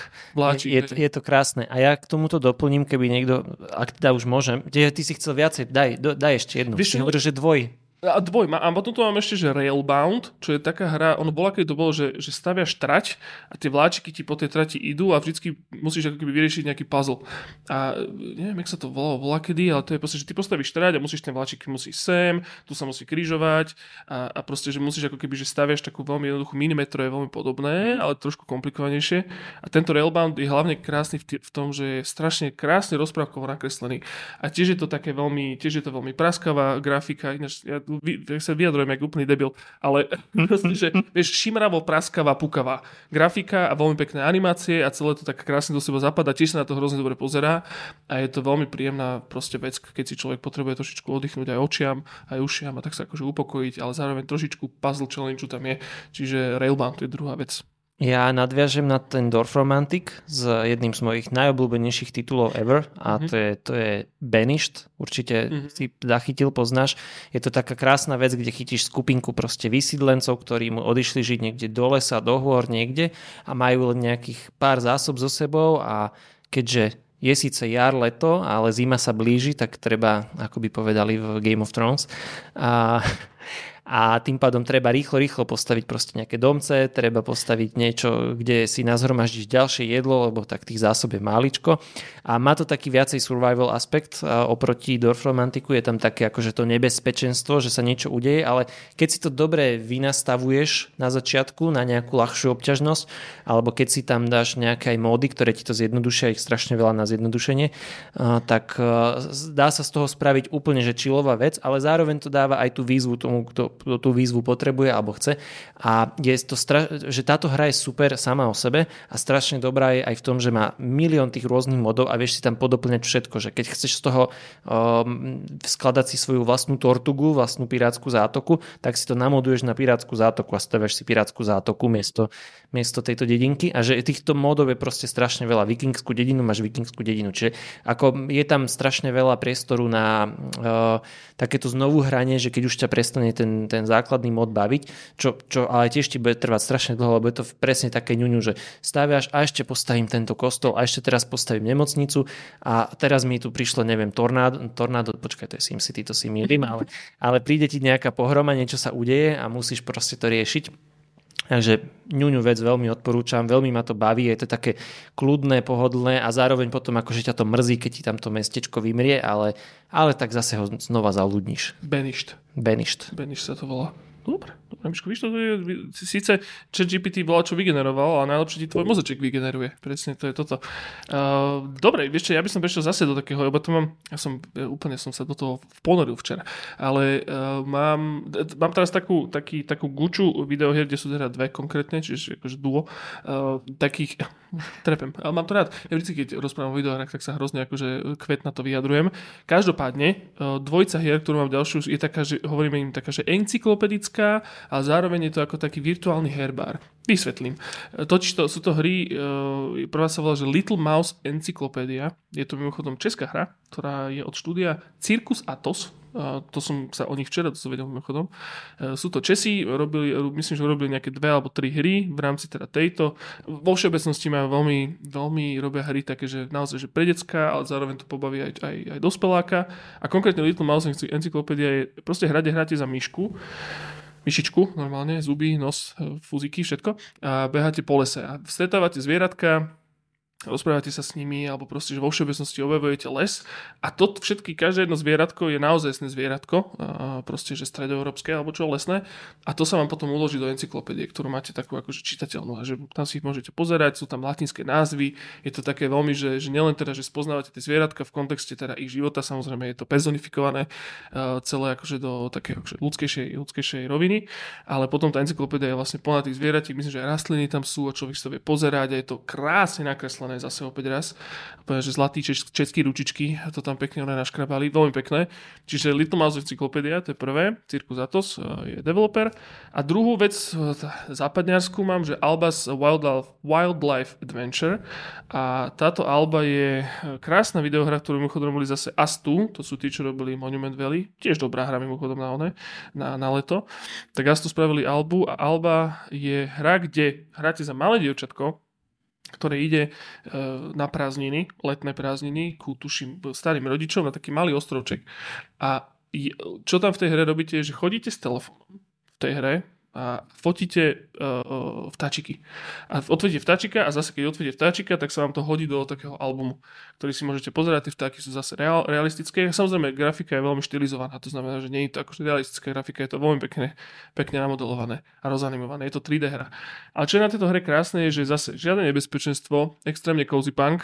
Je to krásne. A ja k tomuto doplním, keby niekto, ak teda už môžem, ty si chcel viacej, daj ešte jednu. Ty hovoríš, že dvoj. A potom tu mám ešte, že Railbound, čo je taká hra, ono bola, keď to bolo, že staviaš trať a tie vláčiky ti po tej trati idú a vždycky musíš ako keby vyriešiť nejaký puzzle. A neviem, jak sa to volá kedy, ale to je proste, že ty postavíš trať a musíš ten vláčik musí sem, tu sa musí križovať a proste, že musíš ako keby, že staviaš takú veľmi jednoduchú minimetro, je veľmi podobné, ale trošku komplikovanejšie. A tento Railbound je hlavne krásny v tom, že je strašne krásne rozprávkovo nakreslený. A tiež je to také veľmi praskavá grafika, ináč sa vyjadrujem jak úplný debil, ale proste, že vieš, šimravo, praskavá, pukavá grafika a veľmi pekné animácie a celé to tak krásne do seba zapadá, tiež sa na to hrozne dobre pozerá a je to veľmi príjemná proste vec, keď si človek potrebuje trošičku oddychnúť aj očiam, aj ušiam a tak sa akože upokojiť, ale zároveň trošičku puzzle challenge tam je, čiže Railbound to je druhá vec. Ja nadviažem na ten Dorfromantik s jedným z mojich najobľúbenejších titulov ever a to je Banished. Určite si zachytil, poznáš. Je to taká krásna vec, kde chytíš skupinku proste vysídlencov, ktorí mu odišli žiť niekde do lesa, do hôr niekde a majú len nejakých pár zásob so sebou a keďže je síce jar, leto, ale zima sa blíži, tak treba, ako by povedali v Game of Thrones. a tým pádom treba rýchlo postaviť proste nejaké domce, treba postaviť niečo, kde si nazhromaždíš ďalšie jedlo, lebo tak tých zásob je máličko. A má to taký viacej survival aspekt oproti Dorfromantiku, je tam také akože to nebezpečenstvo, že sa niečo udeje, ale keď si to dobre vynastavuješ na začiatku na nejakú ľahšiu obťažnosť, alebo keď si tam dáš nejaké aj módy, ktoré ti to zjednodušia, ich strašne veľa na zjednodušenie, tak dá sa z toho spraviť úplne že chillová vec, ale zároveň to dáva aj tú výzvu tomu, kto tú výzvu potrebuje alebo chce. A je to že táto hra je super sama o sebe a strašne dobrá je aj v tom, že má milión tých rôznych modov a vieš si tam podoplňať všetko, že keď chceš z toho skladať si svoju vlastnú tortugu, vlastnú pirátskú zátoku, tak si to namoduješ na pirátskú zátoku a staviaš si pirátskú zátoku miesto tejto dedinky a že týchto modov je proste strašne veľa. Vikingskú dedinu máš vikingskú dedinu, čiže ako je tam strašne veľa priestoru na takéto znovu hranie, že keď už ťa prestane ten základný mod baviť, čo ale tiež ti bude trvať strašne dlho, lebo je to presne také ňuňu, že staviaš a ešte postavím tento kostol a ešte teraz postavím nemocnicu a teraz mi tu prišlo, neviem, tornádo, počkaj, to je SimCity, to si mýlim, ale príde ti nejaká pohroma, niečo sa udeje a musíš proste to riešiť. Takže ňuňu vec veľmi odporúčam, veľmi ma to baví, je to také kľudné, pohodlné a zároveň potom akože ťa to mrzí, keď ti tam to mestečko vymrie, ale tak zase ho znova zaľudníš. Banished sa to volá. Dobre, Miško, víš, to je, síce ChatGPT bola čo vygeneroval, ale najlepšie ti tvoj mozeček vygeneruje. Presne to je toto. Dobre, vieš čo, ja by som prešiel zase do takého, lebo to úplne som sa do toho ponoril včera, ale mám teraz takú guču videohier, kde sú teda dve konkrétne, čiže akože duo, takých, trepem, ale mám to rád. Ja vždy, keď rozprávam o videohrách, tak sa hrozne akože kvetna to vyjadrujem. Každopádne, dvojica hier, ktorú mám ďalšiu, je taká, že hovoríme im taká, že encyklopedická, a zároveň je to ako taký virtuálny herbár. Vysvetlím. Totižto sú to hry, prvá sa volá, že Little Mouse Encyclopedia. Je to mimochodom česká hra, ktorá je od štúdia Circus Atos. To som sa o nich včera dozvedel mimochodom. Sú to Česi, myslím, že robili nejaké 2 alebo 3 hry v rámci teda tejto. Vo všeobecnosti majú veľmi robia hry také, že naozaj že pre decka, ale zároveň to pobaví aj dospeláka. A konkrétne Little Mouse Encyclopedia je proste hráte za myšičku, normálne, zuby, nos, fúziky, všetko a beháte po lese a stretávate zvieratka, rozprávate sa s nimi alebo proste, že vo všeobecnosti objavujete les a to každé jedno zvieratko je naozajstné zvieratko, proste, že stredoeurópske alebo čo lesné a to sa vám potom uloží do encyklopédie, ktorú máte takú akože čitateľnú a že tam si ich môžete pozerať, sú tam latinské názvy, je to také veľmi, že nielen teda, že spoznávate tie zvieratka v kontexte teda ich života, samozrejme je to personifikované celé akože do takého akože ľudskejšej roviny, ale potom tá encyklopédia je vlastne plná tých zvieratík, myslím, že aj rastliny tam sú a človek sa vie pozerať a je to krásne nakreslené zase opäť raz. Povedal, že zlatý český ručičky, to tam pekne naškrabali, veľmi pekné. Čiže Little Mouse Encyclopedia, to je prvé, Circus Atos je developer. A druhú vec, západňarskú mám, že Alba's Wildlife Adventure. A táto Alba je krásna videohra, ktorú mimochodom robili zase Astu, to sú tí, čo robili Monument Valley, tiež dobrá hra mimochodom na leto. Tak Astu spravili Albu a Alba je hra, kde hráte za malé dievčatko, ktoré ide na prázdniny, letné prázdniny, tuším starým rodičom na taký malý ostrovček. A čo tam v tej hre robíte, je, že chodíte s telefónom v tej hre a fotíte vtáčiky. A odvedete vtáčika a zase keď odvedete vtáčika, tak sa vám to hodí do takého albumu, ktorý si môžete pozerať. Tie vtáky sú zase realistické. Samozrejme, grafika je veľmi štilizovaná, to znamená, že nie je to akože realistická grafika, je to veľmi pekne namodelované a rozanimované. Je to 3D hra. Ale čo je na tejto hre krásne, je, že zase žiadne nebezpečenstvo, extrémne cozy punk,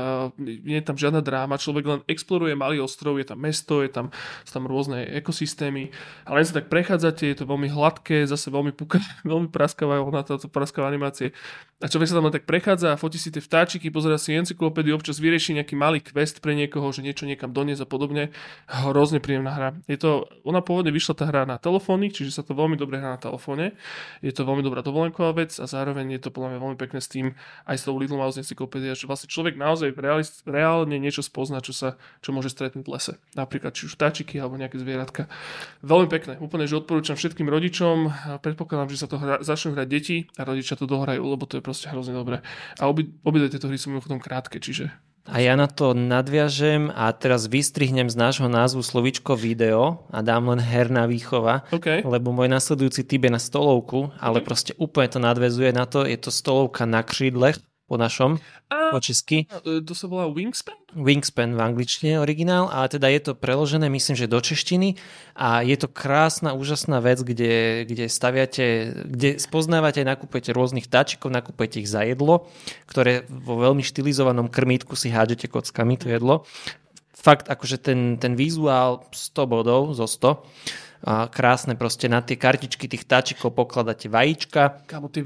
nie je tam žiadna dráma, človek len exploruje malý ostrov, je tam mesto, sú tam rôzne ekosystémy, ale len sa tak prechádzate, je to veľmi hladké, zase veľmi praskavá animácie. A človek sa tam len tak prechádza a fotí si tie vtáčiky, pozerá si encyklopédiu, občas vyrieši nejaký malý quest pre niekoho, že niečo niekam doniesť a podobne. Hrozne príjemná hra. Ona pôvodne vyšla tá hra na telefóny, čiže sa to veľmi dobre hrá na telefóne. Je to veľmi dobrá dovolenková vec a zároveň je to podľa mňa veľmi pekné s tým aj s tou Little Mouse Encyclopedia, že vlastne človek naozaj reálne niečo spozná, čo môže stretnúť v lese. Napríklad či už vtáčiky alebo nejaké zvieratka. Veľmi pekné. Úplne, že odporúčam všetkým rodičom. Predpokladám, že sa to začnú hrať deti a rodičia to dohrajú, lebo to je proste hrozne dobré. A obidve tieto hry sú mimochodom krátke, čiže A ja na to nadviažem a teraz vystrihnem z nášho názvu slovíčko video a dám len herná výchova, lebo môj nasledujúci typ je na stolovku, ale proste úplne to nadväzuje na to, je to stolovka na křídlech po našom, po česky. To sa volá Wingspan? Wingspan v angličtine originál, ale teda je to preložené, myslím, že do češtiny a je to krásna, úžasná vec, kde staviate, kde spoznávate a nakúpete rôznych táčikov, nakúpete ich za jedlo, ktoré vo veľmi štilizovanom krmítku si hádžete kockami to jedlo. Fakt, akože ten vizuál 100 bodov zo 100. A krásne proste na tie kartičky tých táčikov pokladáte vajíčka. Kámo, tie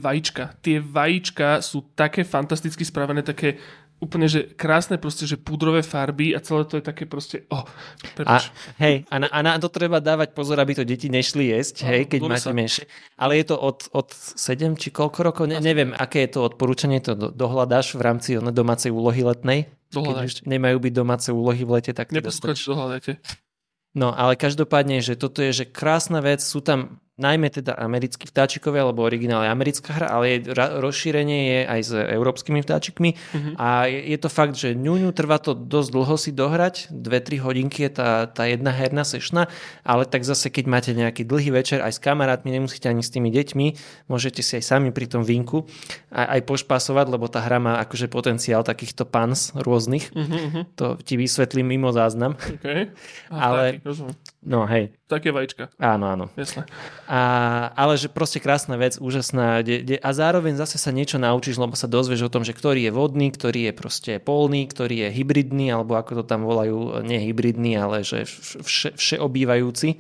vajíčka sú také fantasticky spravené, také úplne, že krásne proste, že púdrové farby a celé to je také proste, prepáč. A na to treba dávať pozor, aby to deti nešli jesť, keď máte menšie. Ale je to od 7 či koľko rokov? Neviem, aké je to odporúčanie, to dohľadáš v rámci domácej úlohy letnej. Dohľadaj. Keď nemajú byť domáce úlohy v lete, tak dohľadajte. No, ale každopádne, že toto je že krásna vec, sú tam najmä teda americkí vtáčikovia, alebo originál je americká hra, ale rozšírenie je aj s európskymi vtáčikmi a je to fakt, že ňuňu trvá to dosť dlho si dohrať, 2-3 hodinky je tá jedna herná sešna, ale tak zase keď máte nejaký dlhý večer aj s kamarátmi, nemusíte ani s tými deťmi, môžete si aj sami pri tom vínku aj pošpásovať, lebo tá hra má akože potenciál takýchto pans rôznych, to ti vysvetlím mimo záznam. Okay. Ale no hej. Také vajíčka. Áno. Jasné. Ale že proste krásna vec, úžasná. A zároveň zase sa niečo naučíš, lebo sa dozvieš o tom, že ktorý je vodný, ktorý je proste polný, ktorý je hybridný, alebo ako to tam volajú, nie hybridný, ale že všeobývajúci.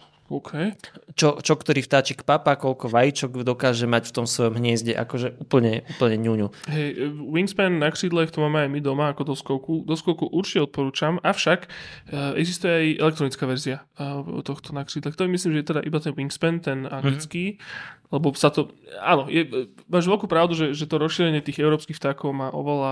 Okay. Čo ktorý vtáčik papá, koľko vajíčok dokáže mať v tom svojom hniezde, akože úplne ňuňu. Hej, Wingspan na křídlech to máme aj my doma ako doskovku. Doskovku určite odporúčam, avšak existuje aj elektronická verzia tohto na křídlech. To myslím, že je teda iba ten Wingspan, ten anglický, lebo sa to, áno, máš veľkú pravdu, že to rozšírenie tých európskych vtákov má oveľa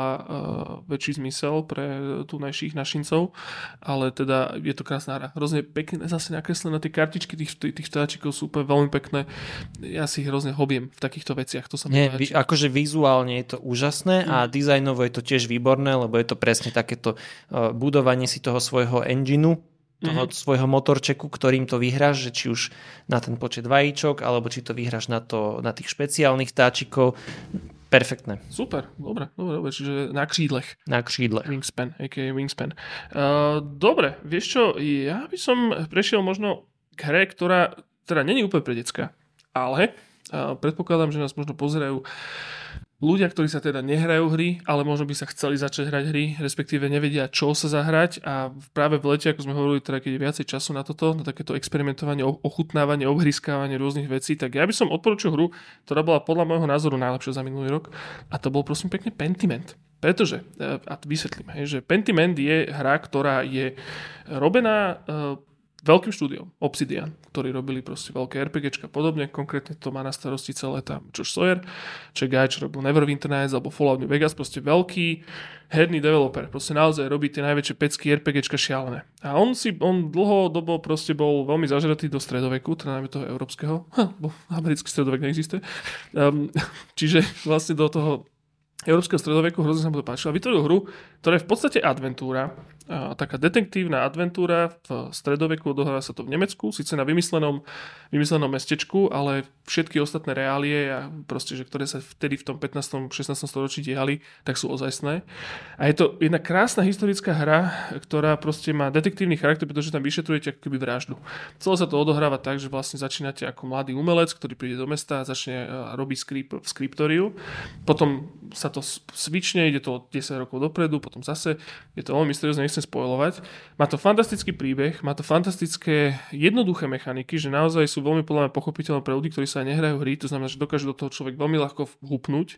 väčší zmysel pre tu našincov, ale teda je to krásna hra. Hrozne pekne zase nakreslené tie kartičky tých vtáčikov sú úplne veľmi pekné. Ja si ich hrozne hobiem v takýchto veciach. To sa mi páči. Akože vizuálne je to úžasné a dizajnovo je to tiež výborné, lebo je to presne takéto budovanie si toho svojho engineu, toho svojho motorčeku, ktorým to vyhráš, že či už na ten počet vajíčok, alebo či to vyhráš na tých špeciálnych táčikov. Perfektné. Super, dobre, čiže na křídlech. Na křídlech. Wingspan, a.k.a. Wingspan. Dobre, vieš čo, ja by som prešiel možno k hre, ktorá teda není úplne pre decka, ale predpokladám, že nás možno pozerajú ľudia, ktorí sa teda nehrajú hry, ale možno by sa chceli začať hrať hry, respektíve nevedia, čo sa zahrať a práve v lete, ako sme hovorili, teda keď je viacej času na toto, na takéto experimentovanie, ochutnávanie, obhryskávanie rôznych vecí, tak ja by som odporučil hru, ktorá bola podľa môjho názoru najlepšia za minulý rok a to bol prosím pekne Pentiment. Pretože, a vysvetlím, že Pentiment je hra, ktorá je robená veľkým štúdiom Obsidian, ktorí robili proste veľké RPGčka podobne, konkrétne to má na starosti celé tam Josh Sawyer, čo je guy, čo robil Neverwinter Nights alebo Fallout New Vegas, proste veľký herný developer, proste naozaj robí tie najväčšie pecky RPGčka šialené. A on dlhodobo proste bol veľmi zažratý do stredoveku, teda najmä toho európskeho, bo americký stredovek neexistuje. Čiže vlastne do toho európskeho stredoveku hrozne sa mu to páčilo. Vytvoril hru, ktorá je v podstate adventúra, taká detektívna adventúra v stredoveku, odohrá sa to v Nemecku, síce na vymyslenom mestečku, ale všetky ostatné reálie, a proste, že ktoré sa vtedy v tom 15. 16. storočí diali, tak sú ozajstné. A je to jedna krásna historická hra, ktorá proste má detektívny charakter, pretože tam vyšetrujete ako keby vraždu. Celé sa to odohráva tak, že vlastne začínate ako mladý umelec, ktorý príde do mesta a začne robiť v skriptóriu. Potom sa to svične, ide to 10 rokov dopredu, potom zase je to veľmi mysteriózne, nechcem spoilovať. Má to fantastický príbeh, má to fantastické jednoduché mechaniky, že naozaj sú veľmi podľa mňa pochopiteľné pre ľudí, ktorí sa nehrajú hry, to znamená, že dokáže do toho človek veľmi ľahko hupnúť,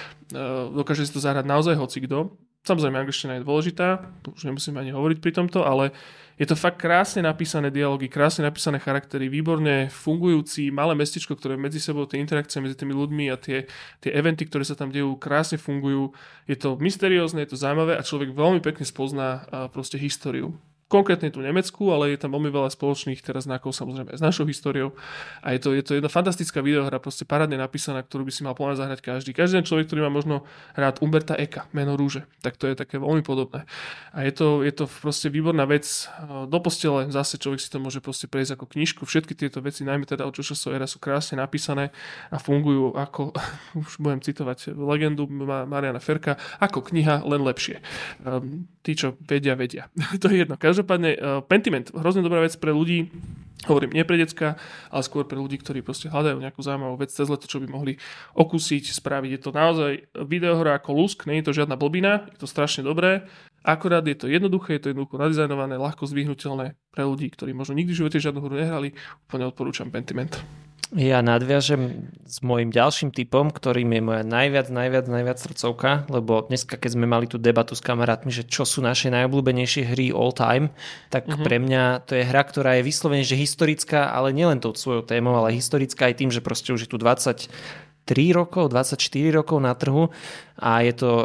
dokáže si to zahrať naozaj hocikdo. Samozrejme, angličtina je dôležitá, to už nemusíme ani hovoriť pri tomto, ale je to fakt krásne napísané dialógy, krásne napísané charaktery, výborne fungujúci malé mestečko, ktoré medzi sebou, tie interakcie medzi tými ľuďmi a tie eventy, ktoré sa tam dejú, krásne fungujú. Je to mysteriózne, je to zaujímavé a človek veľmi pekne spozná proste históriu konkrétne tu v Nemecku, ale je tam veľmi veľa spoločných teraz znakov samozrejme aj s našou históriou. A je to jedna fantastická videohra, proste parádne napísaná, ktorú by si mal plne zahrať každý. Každý človek, ktorý má možno rád Umberta Eka, Meno rúže, tak to je také veľmi podobné. A je to proste výborná vec. Do postele zase človek si to môže proste prejsť ako knižku. Všetky tieto veci, najmä teda od Joshua Sawyera, sú krásne napísané a fungujú ako, už budem citovať legendu Mariana Ferka, ako kniha, len lepšie. Tí, čo vedia. To je jedno. Každopádne Pentiment, hrozne dobrá vec pre ľudí, hovorím, nie pre decka, ale skôr pre ľudí, ktorí proste hľadajú nejakú zaujímavú vec cez leto, čo by mohli okúsiť, spraviť. Je to naozaj videohra ako lusk, nie je to žiadna blbina, je to strašne dobré. Akorát je to jednoduché, je to jednoducho nadizajnované, ľahko zdvihnutelné pre ľudí, ktorí možno nikdy v živote žiadnu hru nehrali. Úplne odporúčam Pentiment. Ja nadviažem s môjim ďalším typom, ktorým je moja najviac srdcovka, lebo dneska, keď sme mali tú debatu s kamarátmi, že čo sú naše najobľúbenejšie hry all time, tak pre mňa to je hra, ktorá je vyslovene že historická, ale nielen tou svojou témou, ale historická aj tým, že proste už je tu 23 rokov, 24 rokov na trhu a je to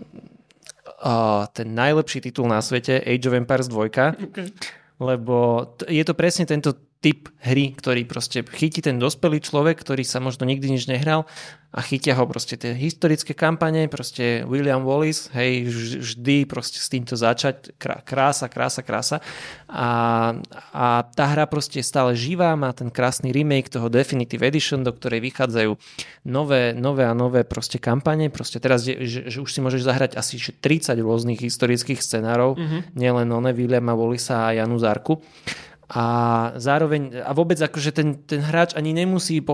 ten najlepší titul na svete, Age of Empires 2, lebo je to presne tento typ hry, ktorý proste chytí ten dospelý človek, ktorý sa možno nikdy nič nehral a chytia ho proste tie historické kampane, proste William Wallace, hej, vždy proste s týmto začať, krása. A tá hra proste je stále živá, má ten krásny remake toho Definitive Edition, do ktorej vychádzajú nové proste kampane, proste teraz, že už si môžeš zahrať asi 30 rôznych historických scenárov, nielen Williama Wallace'a a Janu Zarku. A zároveň, a vôbec akože ten hráč ani nemusí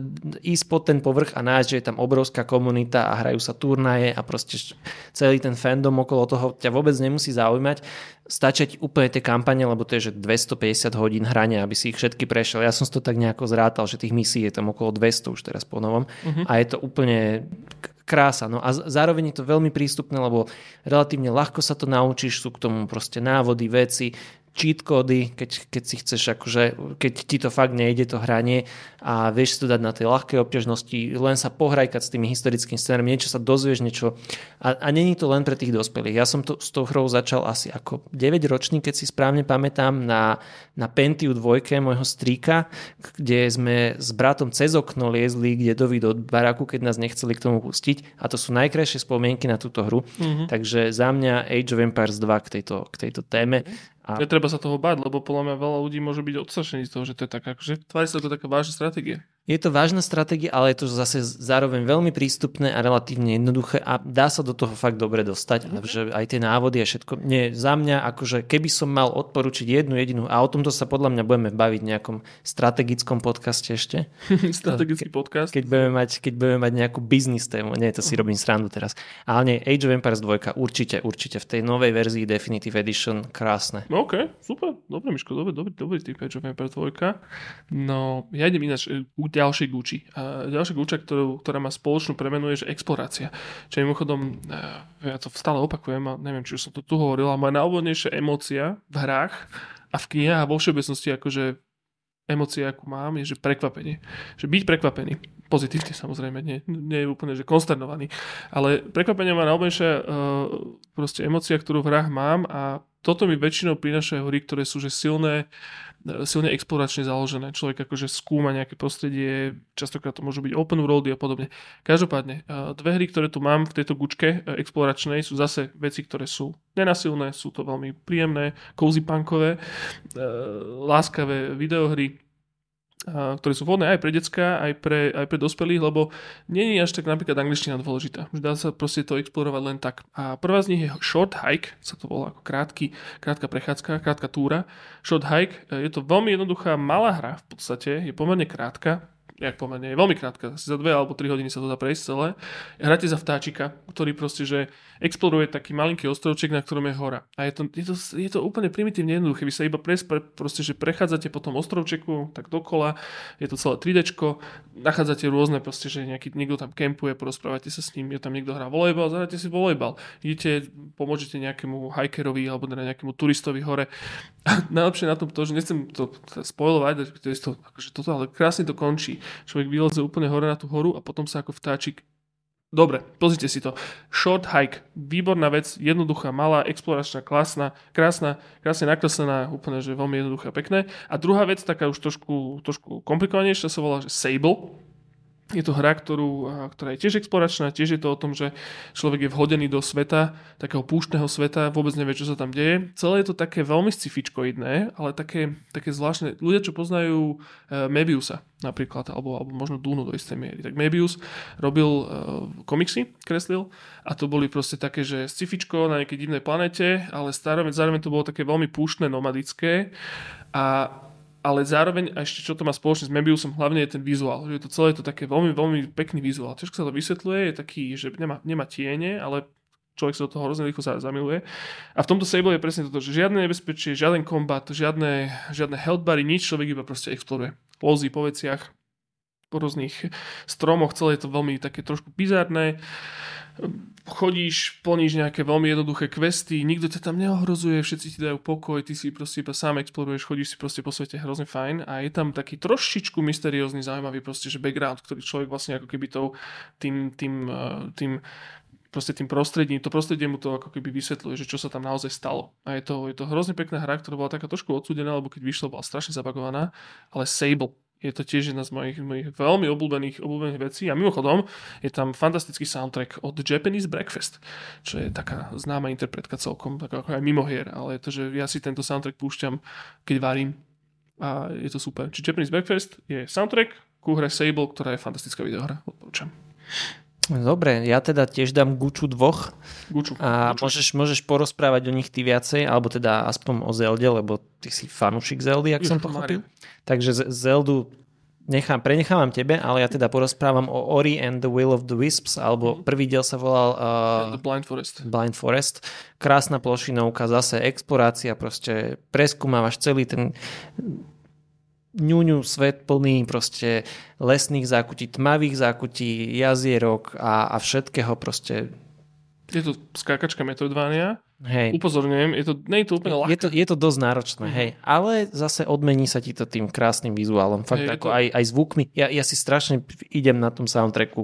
ísť pod ten povrch a nájsť, že je tam obrovská komunita a hrajú sa turnaje a proste celý ten fandom okolo toho ťa vôbec nemusí zaujímať. Stačí úplne tie kampane, lebo to je že 250 hodín hrania, aby si ich všetky prešiel. Ja som si to tak nejako zrátal, že tých misií je tam okolo 200 už teraz po novom a je to úplne krása. No a zároveň je to veľmi prístupné, lebo relatívne ľahko sa to naučíš, sú k tomu proste návody, veci, cheat kódy, keď si chceš akože, keď ti to fakt nejde to hranie a vieš si to dať na tej ľahkej obťažnosti, len sa pohrajkať s tými historickými scénami, niečo sa dozvieš, niečo a není to len pre tých dospelých. Ja som s tou hrou začal asi ako 9-ročný, keď si správne pamätám, na Pentiu 2 môjho strýka, kde sme s bratom cez okno liezli k dedovi do baráku, keď nás nechceli k tomu pustiť a to sú najkrajšie spomienky na túto hru. Takže za mňa Age of Empires 2 k tejto téme. Netreba sa toho báť, lebo podľa mňa veľa ľudí môže byť odstrašení z toho, že to je taká, že tvári sa to taká vážna stratégia. Je to vážna stratégia, ale je to zase zároveň veľmi prístupné a relatívne jednoduché a dá sa do toho fakt dobre dostať. Že aj tie návody a všetko. Nie, za mňa, akože keby som mal odporučiť jednu jedinú, a o tomto sa podľa mňa budeme baviť v nejakom strategickom podcaste ešte. Strategický podcast. Keď budeme mať nejakú biznis tému. Nie, to si robím srandu teraz. Ale nie, Age of Empires 2 určite v tej novej verzii Definitive Edition krásne. No OK, super. Dobre, Miško, dobrý typ Age of Empires 2. No, ja idem ináč ďalšej Gucci. Ďalšia Gucci, ktorá má spoločnú premenu, je že explorácia. Čo mimochodom, ja to stále opakujem, a neviem, či už som to tu hovoril, ale moja najobľúbenejšia emócia v hrách a v knihách a vo všeobecnosti, akože emócia, akú mám, je, že prekvapenie. Že byť prekvapený. Pozitívne samozrejme, nie je úplne, že konsternovaný. Ale prekvapenie má najobľúbenejšia proste emócia, ktorú v hrách mám a toto mi väčšinou prinášajú hry, ktoré sú že silne exploračne založené. Človek akože skúma nejaké prostredie, častokrát to môžu byť open worldy a podobne. Každopádne, dve hry, ktoré tu mám v tejto gučke exploračnej, sú zase veci, ktoré sú nenasilné, sú to veľmi príjemné, cozy punkové, láskavé videohry, ktoré sú vhodné aj pre decka, aj pre dospelých, lebo nie je až tak napríklad angličtina dôležitá. Dá sa proste to explorovať len tak. A prvá z nich je Short Hike, sa to volá ako krátka prechádzka, krátka túra. Short Hike, je to veľmi jednoduchá malá hra v podstate, je pomerne krátka, je veľmi krátka, asi za 2 alebo 3 hodiny sa to dá prejsť celé. Hráte za vtáčika, ktorý proste, že exploruje taký malinký ostrovček, na ktorom je hora. A je to úplne primitívne jednoduché. Vy sa iba proste, že prechádzate po tom ostrovčeku, tak dokola, je to celé 3Dčko, nachádzate rôzne proste, že niekto tam kempuje, porozprávate sa s ním, je tam niekto hrá volejbal, zahráte si volejbal. Idete, pomôžete nejakému hikerovi alebo nejakému turistovi hore. A najlepšie na tom to, že nechcem to spoilovať, ale krásne to končí. Človek vyleze úplne hore na tú horu a potom sa ako vtáčik Dobre, pozrite si to. Short Hike, výborná vec, jednoduchá, malá, exploračná, krásna, krásne nakreslená, úplne, že veľmi jednoduchá, pekné. A druhá vec, taká už trošku komplikovanejšia, sa volá, že Sable. Je to hra, ktorá je tiež exploračná, tiež je to o tom, že človek je vhodený do sveta, takého púštneho sveta, vôbec nevie, čo sa tam deje. Celé je to také veľmi scifičkoidné, ale také zvláštne. Ľudia, čo poznajú Mebiusa napríklad, alebo možno Dúnu do istej miery. Tak Mebius robil komiksy, kreslil a to boli proste také, že scifičko na nejakej divnej planete, ale zároveň to bolo také veľmi púštne, nomadické ale zároveň, a ešte čo to má spoločne s Mebiusom, hlavne je ten vizuál. Že to celé je to také veľmi, veľmi pekný vizuál. Ťažko sa to vysvetľuje, je taký, že nemá tiene, ale človek sa do toho hrozne rýchlo zamiluje. A v tomto Sable je presne toto, že žiadne nebezpečie, žiaden kombat, žiadne health bary, nič, človek iba proste exploruje. Lozí po veciach, po rôznych stromoch, celé je to veľmi také trošku bizarné. Chodíš, plníš nejaké veľmi jednoduché questy, nikto ťa tam neohrozuje, všetci ti dajú pokoj, ty si proste iba sám exploruješ, chodíš si proste po svete, hrozne fajn a je tam taký trošičku mysteriózny, zaujímavý proste, že background, ktorý človek vlastne ako keby tým prostredím, to prostredie mu to ako keby vysvetľuje, že čo sa tam naozaj stalo. A je to hrozne pekná hra, ktorá bola taká trošku odsúdená, lebo keď vyšla, bola strašne zabagovaná, ale Sable je to tiež jedna z mojich veľmi obľúbených vecí. A mimochodom, je tam fantastický soundtrack od Japanese Breakfast, čo je taká známa interpretka celkom, taká ako aj mimo hier, ale je to, že ja si tento soundtrack púšťam, keď varím a je to super. Čiže Japanese Breakfast je soundtrack ku hre Sable, ktorá je fantastická videohra. Odporúčam. Dobre, ja teda tiež dám Guču 2 a môžeš porozprávať o nich ty viacej, alebo teda aspoň o Zelde, lebo ty si fanúšik Zeldy, ak som pochopil. Takže Zeldu prenechávam tebe, ale ja teda porozprávam o Ori and the Will of the Wisps, alebo prvý diel sa volal Blind Forest. Krásna plošinovka, zase explorácia, proste preskúmavaš celý ten ňuňu svet plný proste lesných zákutí, tmavých zákutí, jazierok a všetkého proste. Je to skákačka Metroidvania. Hej. Upozorňujem, nie je to úplne ľahké. Je to dosť náročné, hej. Ale zase odmení sa ti to tým krásnym vizuálom. Fakt ako aj zvukmi. Ja si strašne idem na tom soundtracku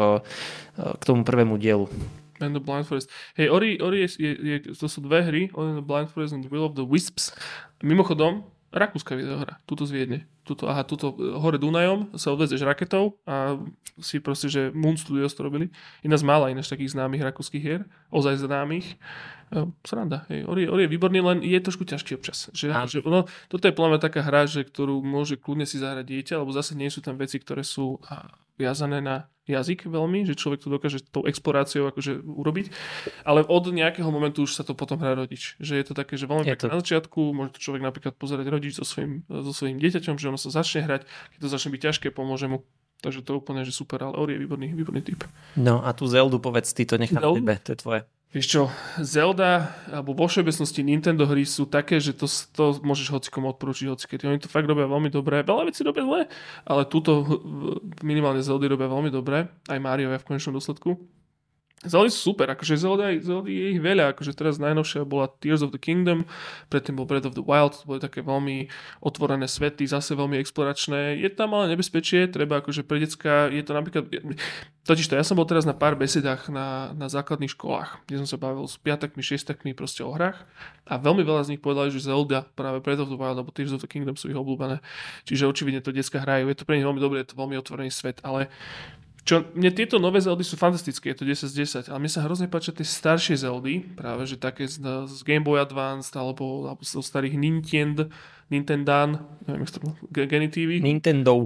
k tomu prvému dielu. And the Blind Forest. Hej, Ori to sú dve hry, Ori and the Blind Forest and the Will of the Wisps. Mimochodom, rakúska videohra, tuto z Viedne. Tuto hore Dunajom sa odvezeš raketou a si proste, že Moon Studios to robili. Jedna z mála ináč takých známych rakúskych hier, ozaj známych. Sranda. Hej. Ori je výborný, len je trošku ťažký občas. Toto je podľa mňa taká hra, ktorú môže kľudne si zahrať dieťa, lebo zase nie sú tam veci, ktoré sú viazané na jazyk veľmi, že človek to dokáže tou exploráciou akože urobiť, ale od nejakého momentu už sa to potom hrá rodič. Že je to také, že veľmi pekne na začiatku, môže to človek napríklad pozerať rodič so svojím dieťaťom, že ono sa začne hrať, keď to začne byť ťažké, pomôže mu. Takže to je úplne, že super, ale Ori je výborný typ. No a tú Zeldu povedz ty, to nechám tebe, to je tvoje. Vieš čo, Zelda, alebo vo všeobecnosti Nintendo hry sú také, že to môžeš hocikomu odporúčiť hocikedy. Oni to fakt robia veľmi dobre. Veľa vecí robia zle, ale túto minimálne Zeldy robia veľmi dobre. Aj Mario v konečnom dôsledku. Zeldy sú super, akože Zeldy je ich veľa, akože teraz najnovšia bola Tears of the Kingdom, predtým bol Breath of the Wild, to boli také veľmi otvorené svety, zase veľmi exploračné. Je tam ale nebezpečie, treba akože pre decka, je to napríklad, totižto ja som bol teraz na pár besedách na základných školách, kde som sa bavil s 5-takmi, 6-takmi proste o hrách a veľmi veľa z nich povedali, že Zelda, práve Breath of the Wild alebo Tears of the Kingdom sú ich obľúbené, čiže očividne to decka hrajú, je to pre nich veľmi dobré, je to veľmi otvorený svet, ale mne tieto nové Zeldy sú fantastické, je to 10 z 10, ale mne sa hrozne páčia tie staršie Zeldy, práve že také z Game Boy Advance alebo zo starých Nintendo, neviem, Genitívy. Nintendo.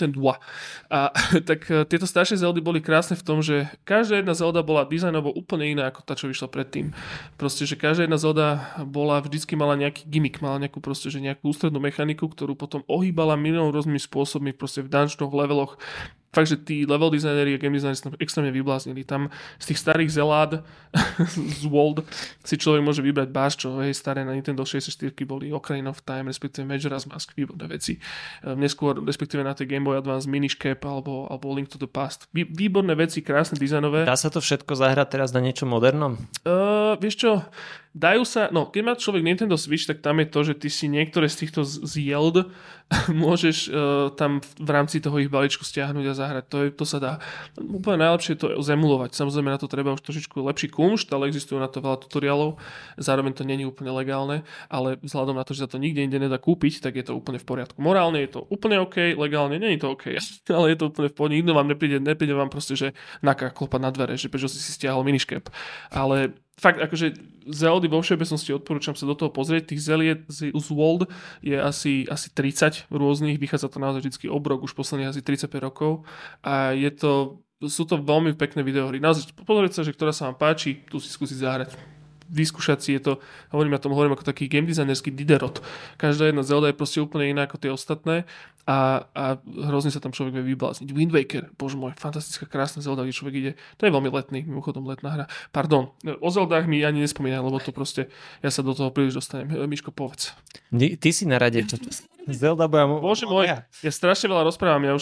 A tak tieto staršie Zeldy boli krásne v tom, že každá jedna Zelda bola dizajnovo úplne iná ako tá, čo vyšla predtým. Proste, že každá jedna Zelda vždycky mala nejaký gimmick, mala nejakú proste, že nejakú ústrednú mechaniku, ktorú potom ohýbala milión rôznymi spôsobmi proste v dungeonoch, v leveloch. Fakt, že tí level designeri a game designeri sa tam extrémne vybláznili. Tam z tých starých Zelád z World si človek môže vybrať čo staré na Nintendo 64 boli Ocarina of Time, respektíve Majora's Mask, výborné veci. Neskôr, respektíve na tej Game Boy Advance Minish Cap alebo Link to the Past. Výborné veci, krásne dizajnové. Dá sa to všetko zahrať teraz na niečo modernom? Vieš čo, dajú sa, no keď má človek Nintendo Switch, tak tam je to, že ty si niektoré z týchto Zelda môžeš tam v rámci toho ich balíčku stiahnuť a zahrať. To sa dá. Úplne najlepšie je to zemulovať. Samozrejme na to treba už trošičku lepší kumšt, ale existujú na to veľa tutoriálov. Zároveň to nie je úplne legálne, ale vzhľadom na to, že sa to nikde inde nedá kúpiť, tak je to úplne v poriadku. Morálne je to úplne OK, legálne nie je to OK, ale je to úplne v pohode. Nikto vám nepríde vám proste, že klopať na dvere, že prečo si stiahol miniškep. Ale fakt, akože Zeldy vo všeobecnosti odporúčam sa do toho pozrieť. Tých Zelda je asi 30 rôznych, vychádza to naozaj vždycky obrok, už posledných asi 35 rokov a sú to veľmi pekné videohry. Naozaj pozrieť sa, že ktorá sa vám páči, tu si skúsiť zahrať. Vyskúšať si, hovorím ako taký game designerský Diderot. Každá jedna Zelda je proste úplne iná ako tie ostatné a hrozne sa tam človek vie vyblázniť. Wind Waker, bože môj, fantastická, krásna Zelda, kde človek ide. To je veľmi letný, mimochodom letná hra. Pardon, o Zeldách mi ani nespomínaj, lebo to proste, ja sa do toho príliš dostanem. Miško, povedz. Ty si na rade. Zelda bože môj, ja strašne veľa rozprávam, ja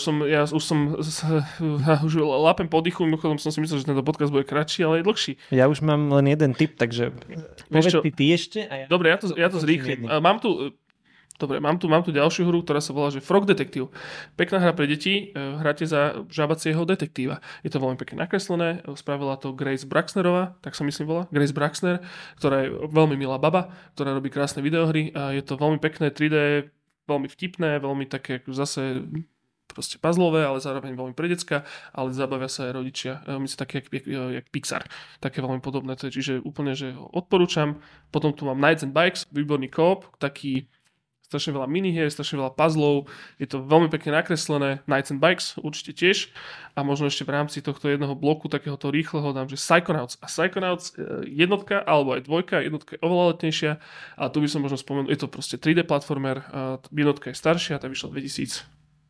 už lápem po dychu, mimochodom som si myslel, že tento podcast bude kratší, ale je dlhší. Ja už mám len jeden tip, takže povedz ty ešte. A dobre, ja to zrýchlim. Mám tu ďalšiu hru, ktorá sa volá, že Frog Detective. Pekná hra pre deti, hráte za žabacieho detektíva. Je to veľmi pekne nakreslené, spravila to Grace Braxnerová, tak sa myslím volá, Grace Braxner, ktorá je veľmi milá baba, ktorá robí krásne videohry a je to veľmi pekné 3D, veľmi vtipné, veľmi také zase proste puzzlové, ale zároveň veľmi pre decka, ale zabavia sa aj rodičia. Myslím také jak Pixar. Také veľmi podobné. Čiže úplne, že odporúčam. Potom tu mám Knights and Bikes, výborný koop, taký strašne veľa minihier, strašne veľa puzzlov. Je to veľmi pekne nakreslené. Knights and Bikes určite tiež. A možno ešte v rámci tohto jedného bloku takéhoto rýchleho dám, že Psychonauts. A Psychonauts jednotka, alebo aj dvojka, jednotka je oveľa letnejšia. A tu by som možno spomenul, je to proste 3D platformer. Jednotka je staršia, tá vyšla 2000.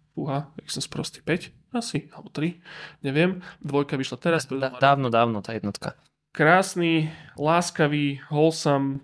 Jak som sprostý, 5 asi, alebo 3, neviem. Dvojka vyšla teraz. Dávno tá jednotka. Krásny, láskavý, wholesome,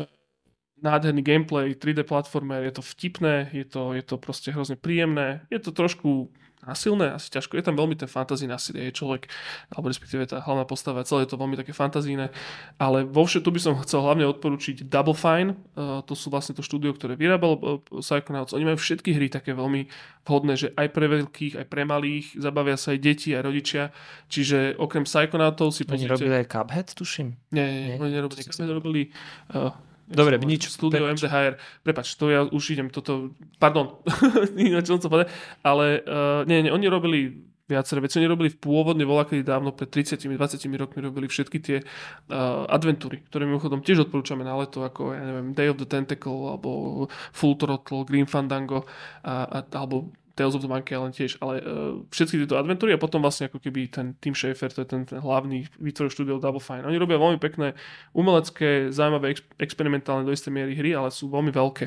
nádherný gameplay, 3D platformer, je to vtipné, je to proste hrozne príjemné, je to trošku násilné, asi ťažko, je tam veľmi ten fantazí násilie, je človek, alebo respektíve tá hlavná postava, celé je to veľmi také fantazíne, ale tu by som chcel hlavne odporučiť Double Fine, to sú vlastne to štúdio, ktoré vyrábalo Psychonauts, oni majú všetky hry také veľmi vhodné, že aj pre veľkých, aj pre malých, zabavia sa aj deti, aj rodičia, čiže okrem Psychonautov si pozrite... Oni robili aj Cuphead, tuším? Nie, oni nerobili Cuphead, robili... Dobre, nič. Studio MDHR. Prepač, to ja už idem pardon, čo som chcel povedať, ale nie, oni robili viaceré veci. Oni robili pôvodne voľakedy dávno, pred 30-20 rokmi robili všetky tie adventúry, ktoré mimochodom tiež odporúčame na leto, ako, ja neviem, Day of the Tentacle, alebo Full Throttle, Green Fandango, alebo Tales of the Monkey Island tiež, ale všetky tieto adventúry a potom vlastne ako keby ten Tim Schafer, to je ten hlavný výtvor štúdio Double Fine. Oni robia veľmi pekné umelecké, zaujímavé, experimentálne do istej miery hry, ale sú veľmi veľké.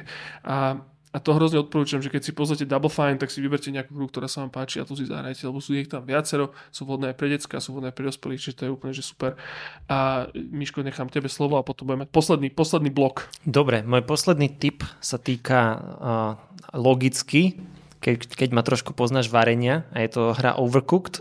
A to hrozne odporúčam, že keď si pozrite Double Fine, tak si vyberte nejakú hru, ktorá sa vám páči a tu si zahrajte, lebo sú ich tam viacero, sú vhodné aj pre decka, sú vhodné aj pre dospelých, čiže to je úplne že super. A Miško, nechám tebe slovo a potom budeme mať posledný blok. Dobre, môj posledný tip sa týka logicky, keď ma trošku poznáš varenia a je to hra Overcooked.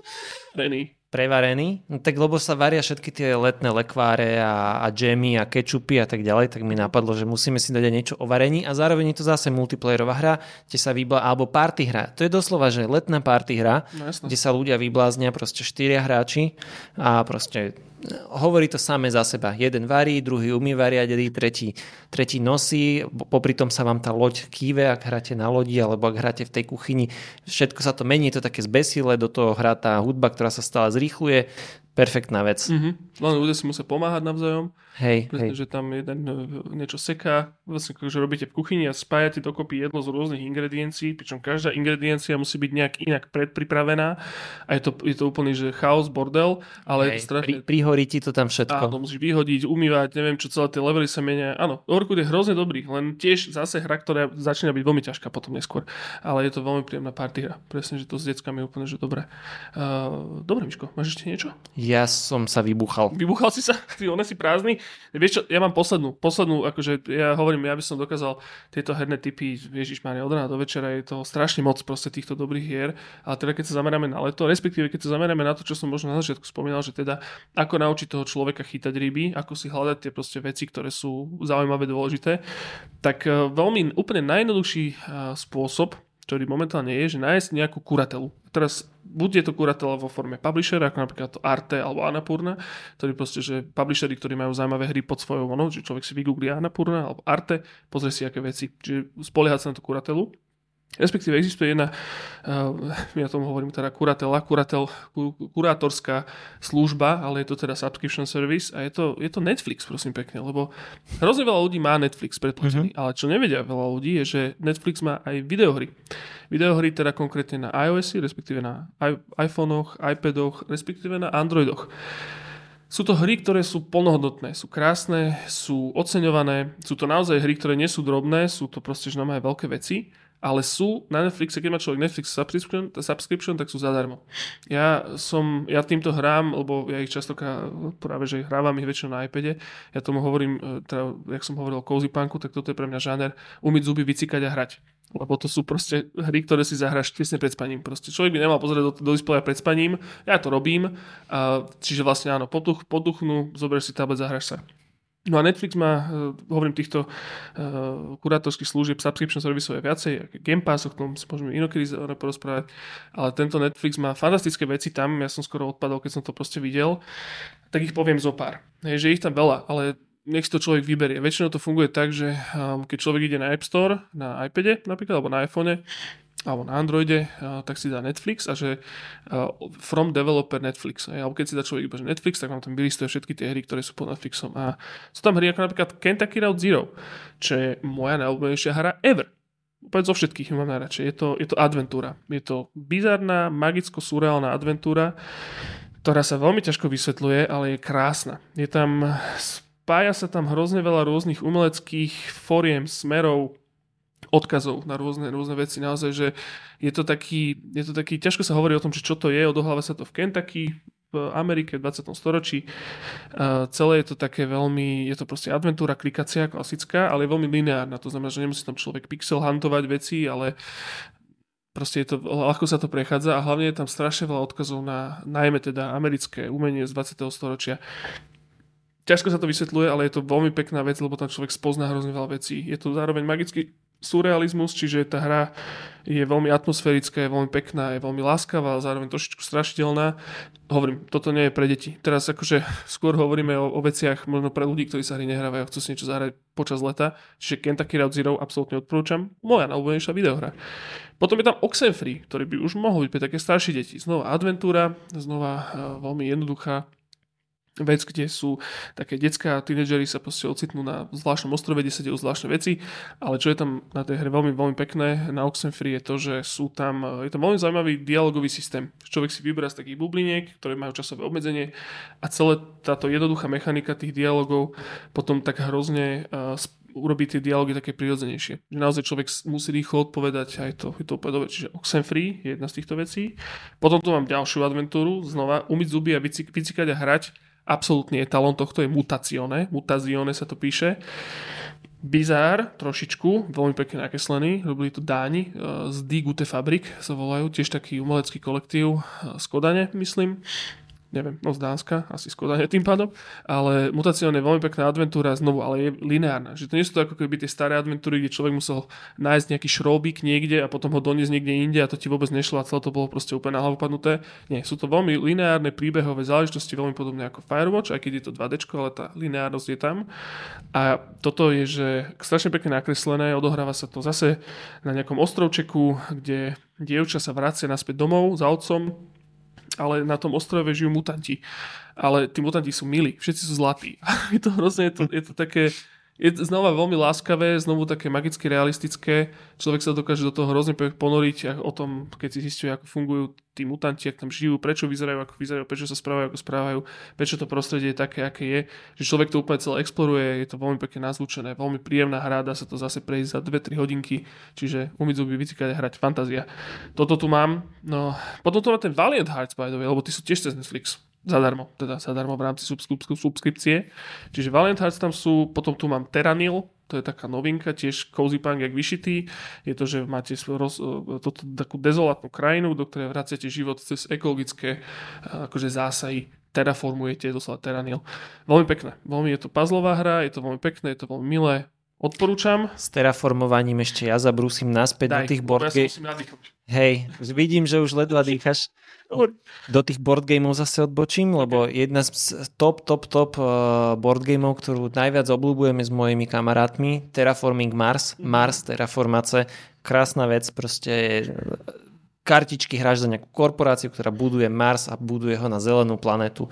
Prevarený. No, tak lebo sa varia všetky tie letné lekváre a džemy a kečupy a tak ďalej, tak mi napadlo, že musíme si dať aj niečo o varení a zároveň je to zase multiplayerová hra, kde sa alebo party hra. To je doslova, že letná party hra, kde sa ľudia vybláznia, proste 4 hráči a proste hovorí to samé za seba. Jeden varí, druhý umie variať, tretí nosí, popri tom sa vám tá loď kýve, ak hráte na lodi, alebo ak hráte v tej kuchyni. Všetko sa to mení, je to také zbesile, do toho hrá tá hudba, ktorá sa stále zrýchluje. Perfektná vec. Len ľudia si musia pomáhať navzájom. Hej. Že tam jeden niečo seká, vlastne že robíte v kuchyni a spájate dokopy jedno z rôznych ingrediencií, pričom každá ingrediencia musí byť nejak inak predpripravená a je to úplný, že chaos, bordel, ale je to strašne... Prihorí ti to tam všetko. Áno, musíš vyhodiť, umývať, neviem čo, celé tie levely sa menia. Áno, Overcooked je hrozne dobrý, len tiež zase hra, ktorá začína byť veľmi ťažká potom neskôr. Ale je to veľmi príjemná party hra. Presne, že to s deckami je úplne, že dobré. Dobre, Miško, máš ešte niečo? Ja som sa vybuchal. Vybuchal si sa? Ona si prázdny? Vieš čo, ja mám poslednú, akože ja hovorím, ja by som dokázal tieto herné typy, ježišmária, od rána do večera je to strašne moc proste týchto dobrých hier, ale teda keď sa zameráme na leto, respektíve keď sa zameráme na to, čo som možno na začiatku spomínal, že teda ako naučiť toho človeka chytať ryby, ako si hľadať tie proste veci, ktoré sú zaujímavé, dôležité, tak veľmi úplne najjednoduchší spôsob, ktorý momentálne je, že nájsť nejakú kuratelu. Teraz buď je to kuratela vo forme publishera, ako napríklad to Arte alebo Annapurna, ktorý proste, že publisheri, ktorí majú zaujímavé hry pod svojou vonou, že človek si vygooglí Annapurna alebo Arte, pozrie si aké veci. Čiže spoliehať sa na tú kuratelu. Respektíve existuje jedna, ja tomu hovorím teda kurátorská služba, ale je to teda subscription service a je to Netflix, prosím pekne, lebo hrozne veľa ľudí má Netflix predplatený, ale čo nevedia veľa ľudí je, že Netflix má aj videohry. Videohry teda konkrétne na iOS, respektíve na iPhonech, iPadoch, respektíve na Androidoch. Sú to hry, ktoré sú plnohodnotné, sú krásne, sú oceňované, sú to naozaj hry, ktoré nie sú drobné, sú to proste že aj veľké veci, ale sú na Netflixe, keď má človek Netflix subscription, tak sú zadarmo. Ja týmto hrám, lebo ja ich častokrát práve, že hrávam ich väčšinou na iPade. Ja tomu hovorím, teda, jak som hovoril o Cozy Punku, tak toto je pre mňa žáner umyť zuby, vycikať a hrať. Lebo to sú proste hry, ktoré si zahráš tesne pred spaním. Proste človek by nemal pozerať do displeja pred spaním. Ja to robím. Čiže vlastne áno, poduchnú, zoberieš si tablet, zahráš sa. No a Netflix má, hovorím, týchto kurátorských služieb, subscription servisov je viacej, Game Pass, o tom si môžeme inokedy porozprávať, ale tento Netflix má fantastické veci tam, ja som skoro odpadol, keď som to proste videl, tak ich poviem zo pár. Že ich tam veľa, ale nech si to človek vyberie. Väčšinou to funguje tak, že keď človek ide na App Store, na iPade napríklad, alebo na iPhone, alebo na Androide, tak si dá Netflix a že from developer Netflix. Alebo keď si dá človek iba Netflix, tak vám tam vylistuje všetky tie hry, ktoré sú pod Netflixom. A sú tam hry ako napríklad Kentucky Route Zero, čo je moja najobľúbenejšia hra ever. Úplne zo všetkých mám najradšej. Je to adventúra. Je to bizarná, magicko-surreálna adventúra, ktorá sa veľmi ťažko vysvetľuje, ale je krásna. Spája sa tam hrozne veľa rôznych umeleckých foriem, smerov, odkazov na rôzne veci. Naozaj, že je to taký, ťažko sa hovorí o tom, že čo to je, odohláva sa to v Kentucky, v Amerike v 20. storočí. Celé je to také veľmi, je to proste adventúra klikacia, klasická, ale je veľmi lineárna. To znamená, že nemusí tam človek pixel huntovať veci, ale proste ľahko sa to prechádza a hlavne je tam strašne veľa odkazov na najmä teda americké umenie z 20. storočia. Ťažko sa to vysvetľuje, ale je to veľmi pekná vec, lebo tam človek spozná hrozne veľa vecí. Je to zároveň magický surrealizmus, čiže tá hra je veľmi atmosférická, je veľmi pekná, je veľmi láskavá, ale zároveň trošičku strašidelná. Hovorím, toto nie je pre deti. Teraz akože skôr hovoríme o veciach možno pre ľudí, ktorí sa hry nehrávajú, chcú si niečo zahrať počas leta. Čiže Kentucky Route Zero absolútne odporúčam. Moja najobľúbenejšia videohra. Potom je tam Oxenfree, ktorý by už mohol byť pre také staršie deti. Znova adventúra, znova veľmi jednoduchá vec, kde sú také decká a tínedžeri sa proste ocitnú na zvláštnom ostrove, kde sa dejú zvláštne veci, ale čo je tam na tej hre veľmi, veľmi pekné na Oxenfree je to, že je tam veľmi zaujímavý dialogový systém. Človek si vyberá z takých bubliniek, ktoré majú časové obmedzenie a celá táto jednoduchá mechanika tých dialogov potom tak hrozne urobiť tie dialógy také prirodzenejšie. Že naozaj človek musí rýchlo odpovedať a je to úplne dobre. Čiže Oxenfree je jedna z týchto vecí. Potom tu mám ďalšiu adventúru, znova umyť zuby a vycikať a hrať. Absolútny etalón tohto je Mutazione. Mutazione sa to píše. Bizár, trošičku, veľmi pekne nakreslený. Robili to Dáni z Die Gute Fabrik, sa volajú. Tiež taký umelecký kolektív z Kodane, myslím. Neviem, z Dánska, asi z Kodane tým pádom. Ale Mutazione je veľmi pekná adventúra znovu, ale je lineárna. Že to nie sú to ako keby tie staré adventúry, kde človek musel nájsť nejaký šróbik niekde a potom ho doniesť niekde inde a to ti vôbec nešlo a celé to bolo proste úplne na hlavu padnuté. Nie, sú to veľmi lineárne príbehové záležitosti, veľmi podobné ako Firewatch, aj keď je to 2D, ale tá lineárnosť je tam. A toto je, že strašne pekne nakreslené, odohráva sa to zase na nejakom ostrovčeku, kde dievča sa vracia naspäť domov za otcom, ale na tom ostrove žijú mutanti. Ale tí mutanti sú milí, všetci sú zlatí. Je to hrozne, je to také, je znova veľmi láskavé, znovu také magicky realistické. Človek sa dokáže do toho hrozne ponoriť o tom, keď si zistuje, ako fungujú tí mutanti, ako tam žijú, prečo vyzerajú, ako vyzerajú, prečo sa správajú, ako správajú, prečo to prostredie je také, aké je. Že človek to úplne celé exploruje, je to veľmi pekne nazvučené, veľmi príjemná hra, dá sa to zase prejsť za 2-3 hodinky, čiže umyť zuby, vycikať a hrať, fantázia. Toto tu mám. No, potom tu mám ten Valiant Hearts, by the way, lebo ty sú tiež cez Netflix. zadarmo v rámci subskripcie. Čiže Valiant Hearts tam sú, potom tu mám Terranil, to je taká novinka, tiež cozy punk jak vyšitý. Je to, že máte takú dezolátnu krajinu, do ktorej vraciate život cez ekologické akože zásahy. Terraformujete, doslova Terranil. Veľmi pekné. Veľmi je to puzzlová hra, je to veľmi pekné, je to veľmi milé. Odporúčam. S terraformovaním ešte ja zabrúsim naspäť do tých board games. Hej, vidím, že už ledva dýchaš. Do tých board gameov zase odbočím, lebo jedna z top board gameov, ktorú najviac obľúbujeme s mojimi kamarátmi, Terraforming Mars, terraformace, krásna vec, proste kartičky hráš za nejakú korporáciu, ktorá buduje Mars a buduje ho na zelenú planetu.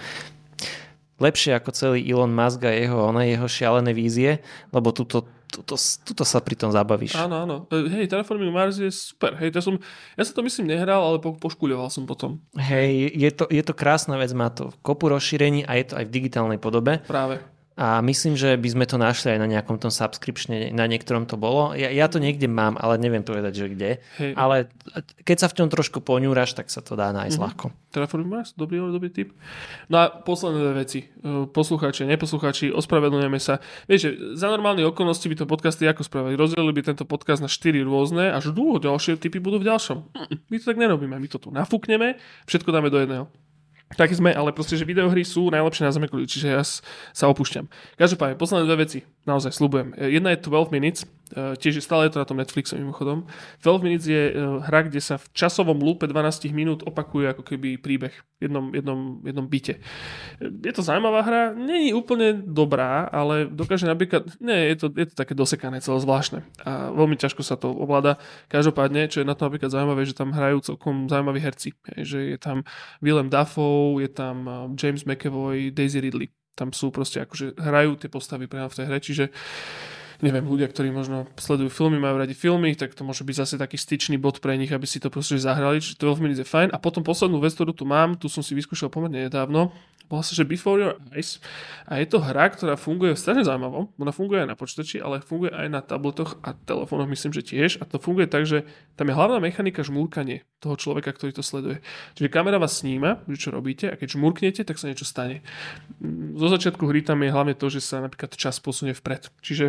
Lepšie ako celý Elon Musk a jeho šialené vízie, lebo tuto sa pri tom zabavíš. Áno. Hej, Terraforming Mars je super. Hej, ja sa to myslím nehral, ale poškuľoval som potom. Hej, je to krásna vec, má to kopu rozšírení a je to aj v digitálnej podobe. Práve. A myslím, že by sme to našli aj na nejakom tom subscriptione, na niektorom to bolo. Ja to niekde mám, ale neviem povedať, že kde. Hej. Ale keď sa v tom trošku poňúraš, tak sa to dá nájsť ľahko. Terraforming Mars, dobrý tip. No a posledné dve veci. Poslucháči, neposlucháči, ospravedlňujeme sa. Vieš, že za normálne okolnosti by to podcasty ako spravili. Rozdelili by tento podcast na 4 rôzne, až dlho ďalšie tipy budú v ďalšom. My to tak nerobíme. My to tu nafúkneme, všetko dáme do jedného. Tak sme, ale proste, že videohry sú najlepšie na zeme, čiže ja sa opúšťam. Každopádne, posledné dve veci, naozaj sľubujem. Jedna je 12 Minutes, tiež stále je to na tom Netflixe mimochodom. 12 Minutes je hra, kde sa v časovom lúpe 12 minút opakuje ako keby príbeh v jednom byte. Je to zaujímavá hra, nie je úplne dobrá, ale dokáže napríklad, je to také dosekané, celé zvláštne a veľmi ťažko sa to ovláda. Každopádne, čo je na to napríklad zaujímavé, že tam hrajú celkom zaujímaví herci, že je tam Willem Dafoe, je tam James McAvoy, Daisy Ridley. Tam sú proste akože hrajú tie postavy priamo v tej hre, čiže neviem, ľudia, ktorí možno sledujú filmy, majú radi filmy, tak to môže byť zase taký styčný bod pre nich, aby si to proste zahrali, čiže 12 Minutes je fajn. A potom poslednú vec, ktorú tu mám, tu som si vyskúšal pomerne nedávno, volá sa, že Before Your Eyes a je to hra, ktorá funguje strašne zaujímavo. Ona funguje aj na počítači, ale funguje aj na tabletoch a telefónoch, myslím, že tiež. A to funguje tak, že tam je hlavná mechanika žmúrkanie toho človeka, ktorý to sleduje. Čiže kamera vás sníma, že čo robíte a keď žmúrknete, tak sa niečo stane. Zo začiatku hry tam je hlavne to, že sa napríklad čas posunie vpred. Čiže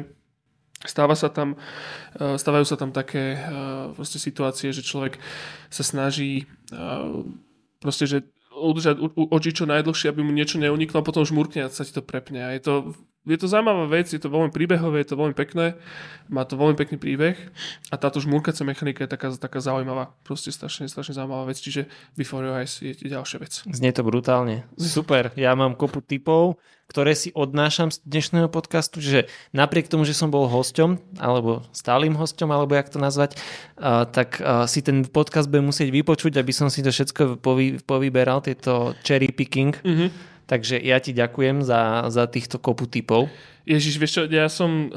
stávajú sa tam také proste situácie, že človek sa snaží proste, že udržať oči čo najdlhšie, aby mu niečo neuniklo a potom žmurkne a sa ti to prepne. A je to zaujímavá vec, je to veľmi príbehové, je to veľmi pekné, má to veľmi pekný príbeh a táto žmurkacia mechanika je taká zaujímavá, proste strašne zaujímavá vec, čiže Before Your Eyes je ďalšia vec. Znie to brutálne. Super, ja mám kopu tipov, ktoré si odnášam z dnešného podcastu, že napriek tomu, že som bol hosťom, alebo stálym hosťom, alebo jak to nazvať, tak si ten podcast budem musieť vypočuť, aby som si to všetko povyberal, tieto cherry picking. Takže ja ti ďakujem za týchto kopu tipov. Ježiš, vieš čo, ja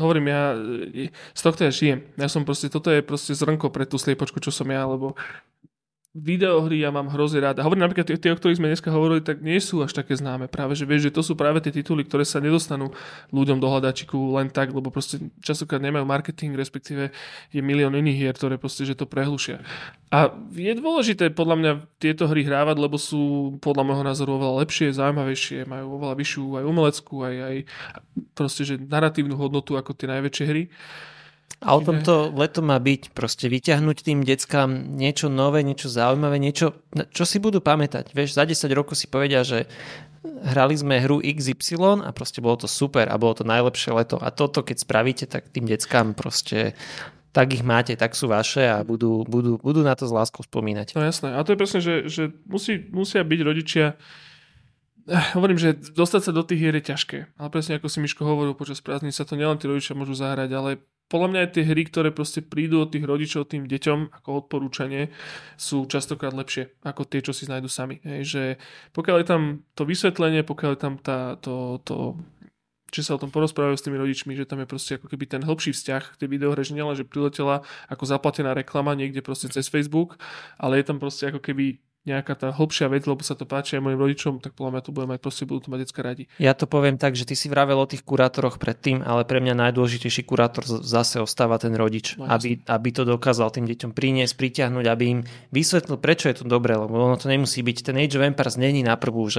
z tohto ja žijem. Toto je proste zrnko pre tú sliepočku, čo som ja, lebo videohry ja mám hrozne rád. A hovorím napríklad tie, o ktorých sme dneska hovorili, tak nie sú až také známe. Práve, že vieš, že to sú práve tie tituly, ktoré sa nedostanú ľuďom do hľadačiku len tak, lebo proste častokrát nemajú marketing, respektíve je milión iných hier, ktoré proste, že to prehlušia. A je dôležité podľa mňa tieto hry hrávať, lebo sú podľa môjho názoru oveľa lepšie, zaujímavejšie, majú oveľa vyššiu aj umeleckú, aj proste, že naratívnu hodnotu ako tie najväčšie hry. A o tomto leto má byť, proste vyťahnuť tým deckám niečo nové, niečo zaujímavé, niečo, čo si budú pamätať. Vieš, za 10 rokov si povedia, že hrali sme hru XY a proste bolo to super a bolo to najlepšie leto. A toto, keď spravíte, tak tým deckám proste tak ich máte, tak sú vaše a budú na to s láskou spomínať. No jasné. A to je presne, že musia byť rodičia. Hovorím, že dostať sa do tých hier je ťažké. Ale presne ako si Miško hovoril, počas prázdnin sa to nielen tí rodičia môžu zahrať, ale podľa mňa aj tie hry, ktoré proste prídu od tých rodičov tým deťom ako odporúčanie, sú častokrát lepšie ako tie, čo si znajdu sami. Že pokiaľ je tam to vysvetlenie, pokiaľ je tam že sa o tom porozprávajú s tými rodičmi, že tam je proste ako keby ten hlbší vzťah k tej videohre, že nielen, že priletela ako zaplatená reklama niekde proste cez Facebook, ale je tam proste ako keby nejaká tá hlbšia vec, lebo sa to páči aj mojim rodičom, tak podľa mňa to budeme mať, proste budú to mať decka radi. Ja to poviem tak, že ty si vravel o tých kurátoroch predtým, ale pre mňa najdôležitejší kurátor zase ostáva ten rodič, no, aby to dokázal tým deťom priniesť, pritiahnuť, aby im vysvetlil, prečo je to dobré, lebo ono to nemusí byť, ten Age of Empires není na prvú, že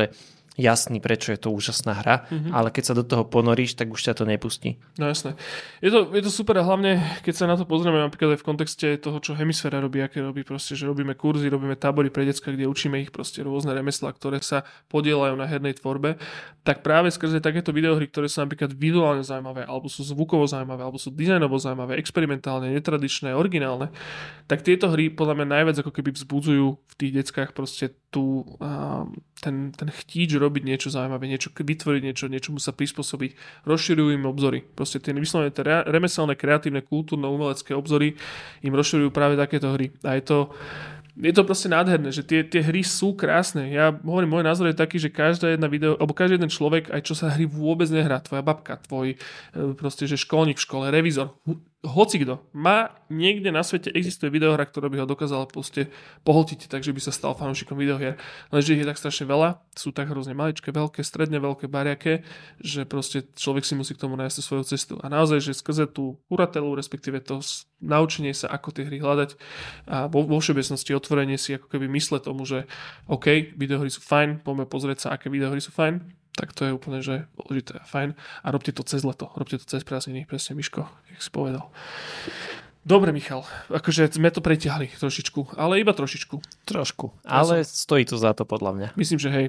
jasný, prečo je to úžasná hra, ale keď sa do toho ponoríš, tak už ťa to nepustí. No jasné. Je to super a hlavne, keď sa na to pozrieme napríklad aj v kontexte toho, čo Hemisféra robí, aké robí proste, že robíme kurzy, robíme tábory pre decka, kde učíme ich proste rôzne remeslá, ktoré sa podieľajú na hernej tvorbe, tak práve skrze takéto videohry, ktoré sú napríklad vizuálne zaujímavé, alebo sú zvukovo zaujímavé, alebo sú dizajnovo zaujímavé, experimentálne, netradičné, originálne, tak tieto hry podľa mňa najviac ako keby vzbudzujú v tých deckách proste ten chtíč robiť niečo zaujímavé, niečo vytvoriť, niečomu sa prispôsobiť, rozširujú im obzory. Proste tie vyslovene remeselné, kreatívne, kultúrne, umelecké obzory im rozširujú práve takéto hry. A je to proste nádherné, že tie hry sú krásne. Ja hovorím, môj názor je taký, že každý jeden človek, aj čo sa hry vôbec nehrá, tvoja babka, tvoj proste, že školník v škole, revizor, hocikto má niekde na svete existuje videohra, ktorá by ho dokázala proste pohltiť, takže by sa stal fanúšikom videohier. Lenže ich je tak strašne veľa, sú tak hrozne maličké, veľké, stredne veľké, bariaké, že proste človek si musí k tomu nájsť svoju cestu. A naozaj, že skrze tú kuratelu, respektíve to naučenie sa, ako tie hry hľadať a vo všeobecnosti otvorenie si ako keby mysle tomu, že OK, videohry sú fajn, poďme pozrieť sa, aké videohry sú fajn, tak to je úplne, že dôležité a fajn. A robte to cez leto, robte to cez prázdniny, presne Miško, jak si povedal. Dobre, Michal, akože sme to pretiahli trošičku, ale iba trošičku. Trošku, ale stojí to za to podľa mňa. Myslím, že hej.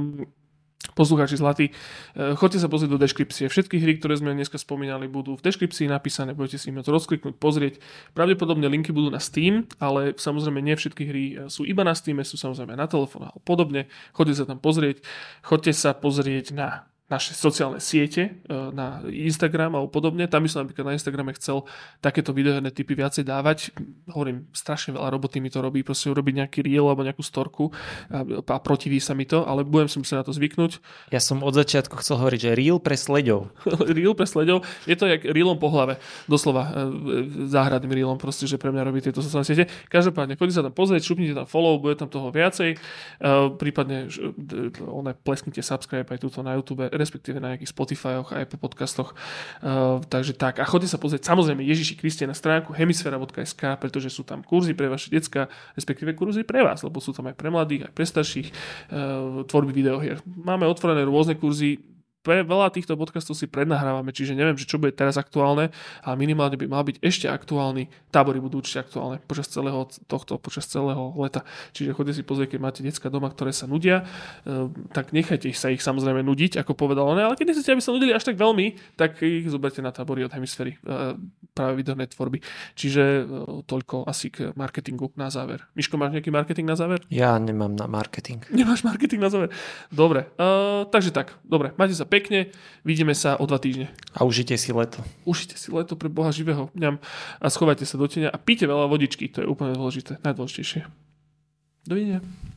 Poslucháči zlatí, choďte sa pozrieť do deskripcie. Všetky hry, ktoré sme dneska spomínali, budú v deskripcii napísané, budete si im to rozkliknúť, pozrieť. Pravdepodobne linky budú na Steam, ale samozrejme nie všetky hry sú iba na Steam, sú samozrejme na telefón a podobne. Choďte sa tam pozrieť. Choďte sa pozrieť na naše sociálne siete, na Instagram alebo podobne. Tam by som napríklad na Instagrame chcel takéto videoherné typy viacej dávať. Hovorím, strašne veľa roboty mi to robí, proste urobiť nejaký reel alebo nejakú storku a protiví sa mi to, ale budem si musieť na to zvyknúť. Ja som od začiatku chcel hovoriť, že reel pre sleďov. Reel pre sleďov, je to jak reelom po hlave, doslova záhradným reelom, proste, že pre mňa robí tieto sociálne siete. Každopádne, chodite sa tam pozrieť, šupnite tam follow, bude tam toho viacej, prípadne plesknite subscribe aj túto na YouTube, respektíve na nejakých Spotifyoch a Apple podcastoch. Takže tak. A chodite sa pozrieť samozrejme Ježiši Kriste na stránku hemisfera.sk, pretože sú tam kurzy pre vaše decka, respektíve kurzy pre vás, lebo sú tam aj pre mladých, aj pre starších tvorby videohier. Máme otvorené rôzne kurzy. Pre veľa týchto podcastov si prednahrávame, čiže neviem, že čo bude teraz aktuálne, ale minimálne by mal byť ešte aktuálny. Tábory budú určite aktuálne počas celého leta. Čiže chodite si pozrieť, keď máte decka doma, ktoré sa nudia, tak nechajte sa ich samozrejme nudiť, ako povedal on, ale keď nechcete, aby sa nudili až tak veľmi, tak ich zoberte na tábory od Hemisféry, práve videoherné tvorby. Čiže toľko asi k marketingu na záver. Miško, máš nejaký marketing na záver? Ja nemám na marketing. Nemáš marketing na záver? Dobre, takže tak, dobre, majte sa pekne, vidíme sa o 2 týždne. A užite si leto. Užite si leto pre Boha živého. Mňam a schovajte sa do tieňa a píte veľa vodičky, to je úplne dôležité, najdôležitejšie. Dovidenia.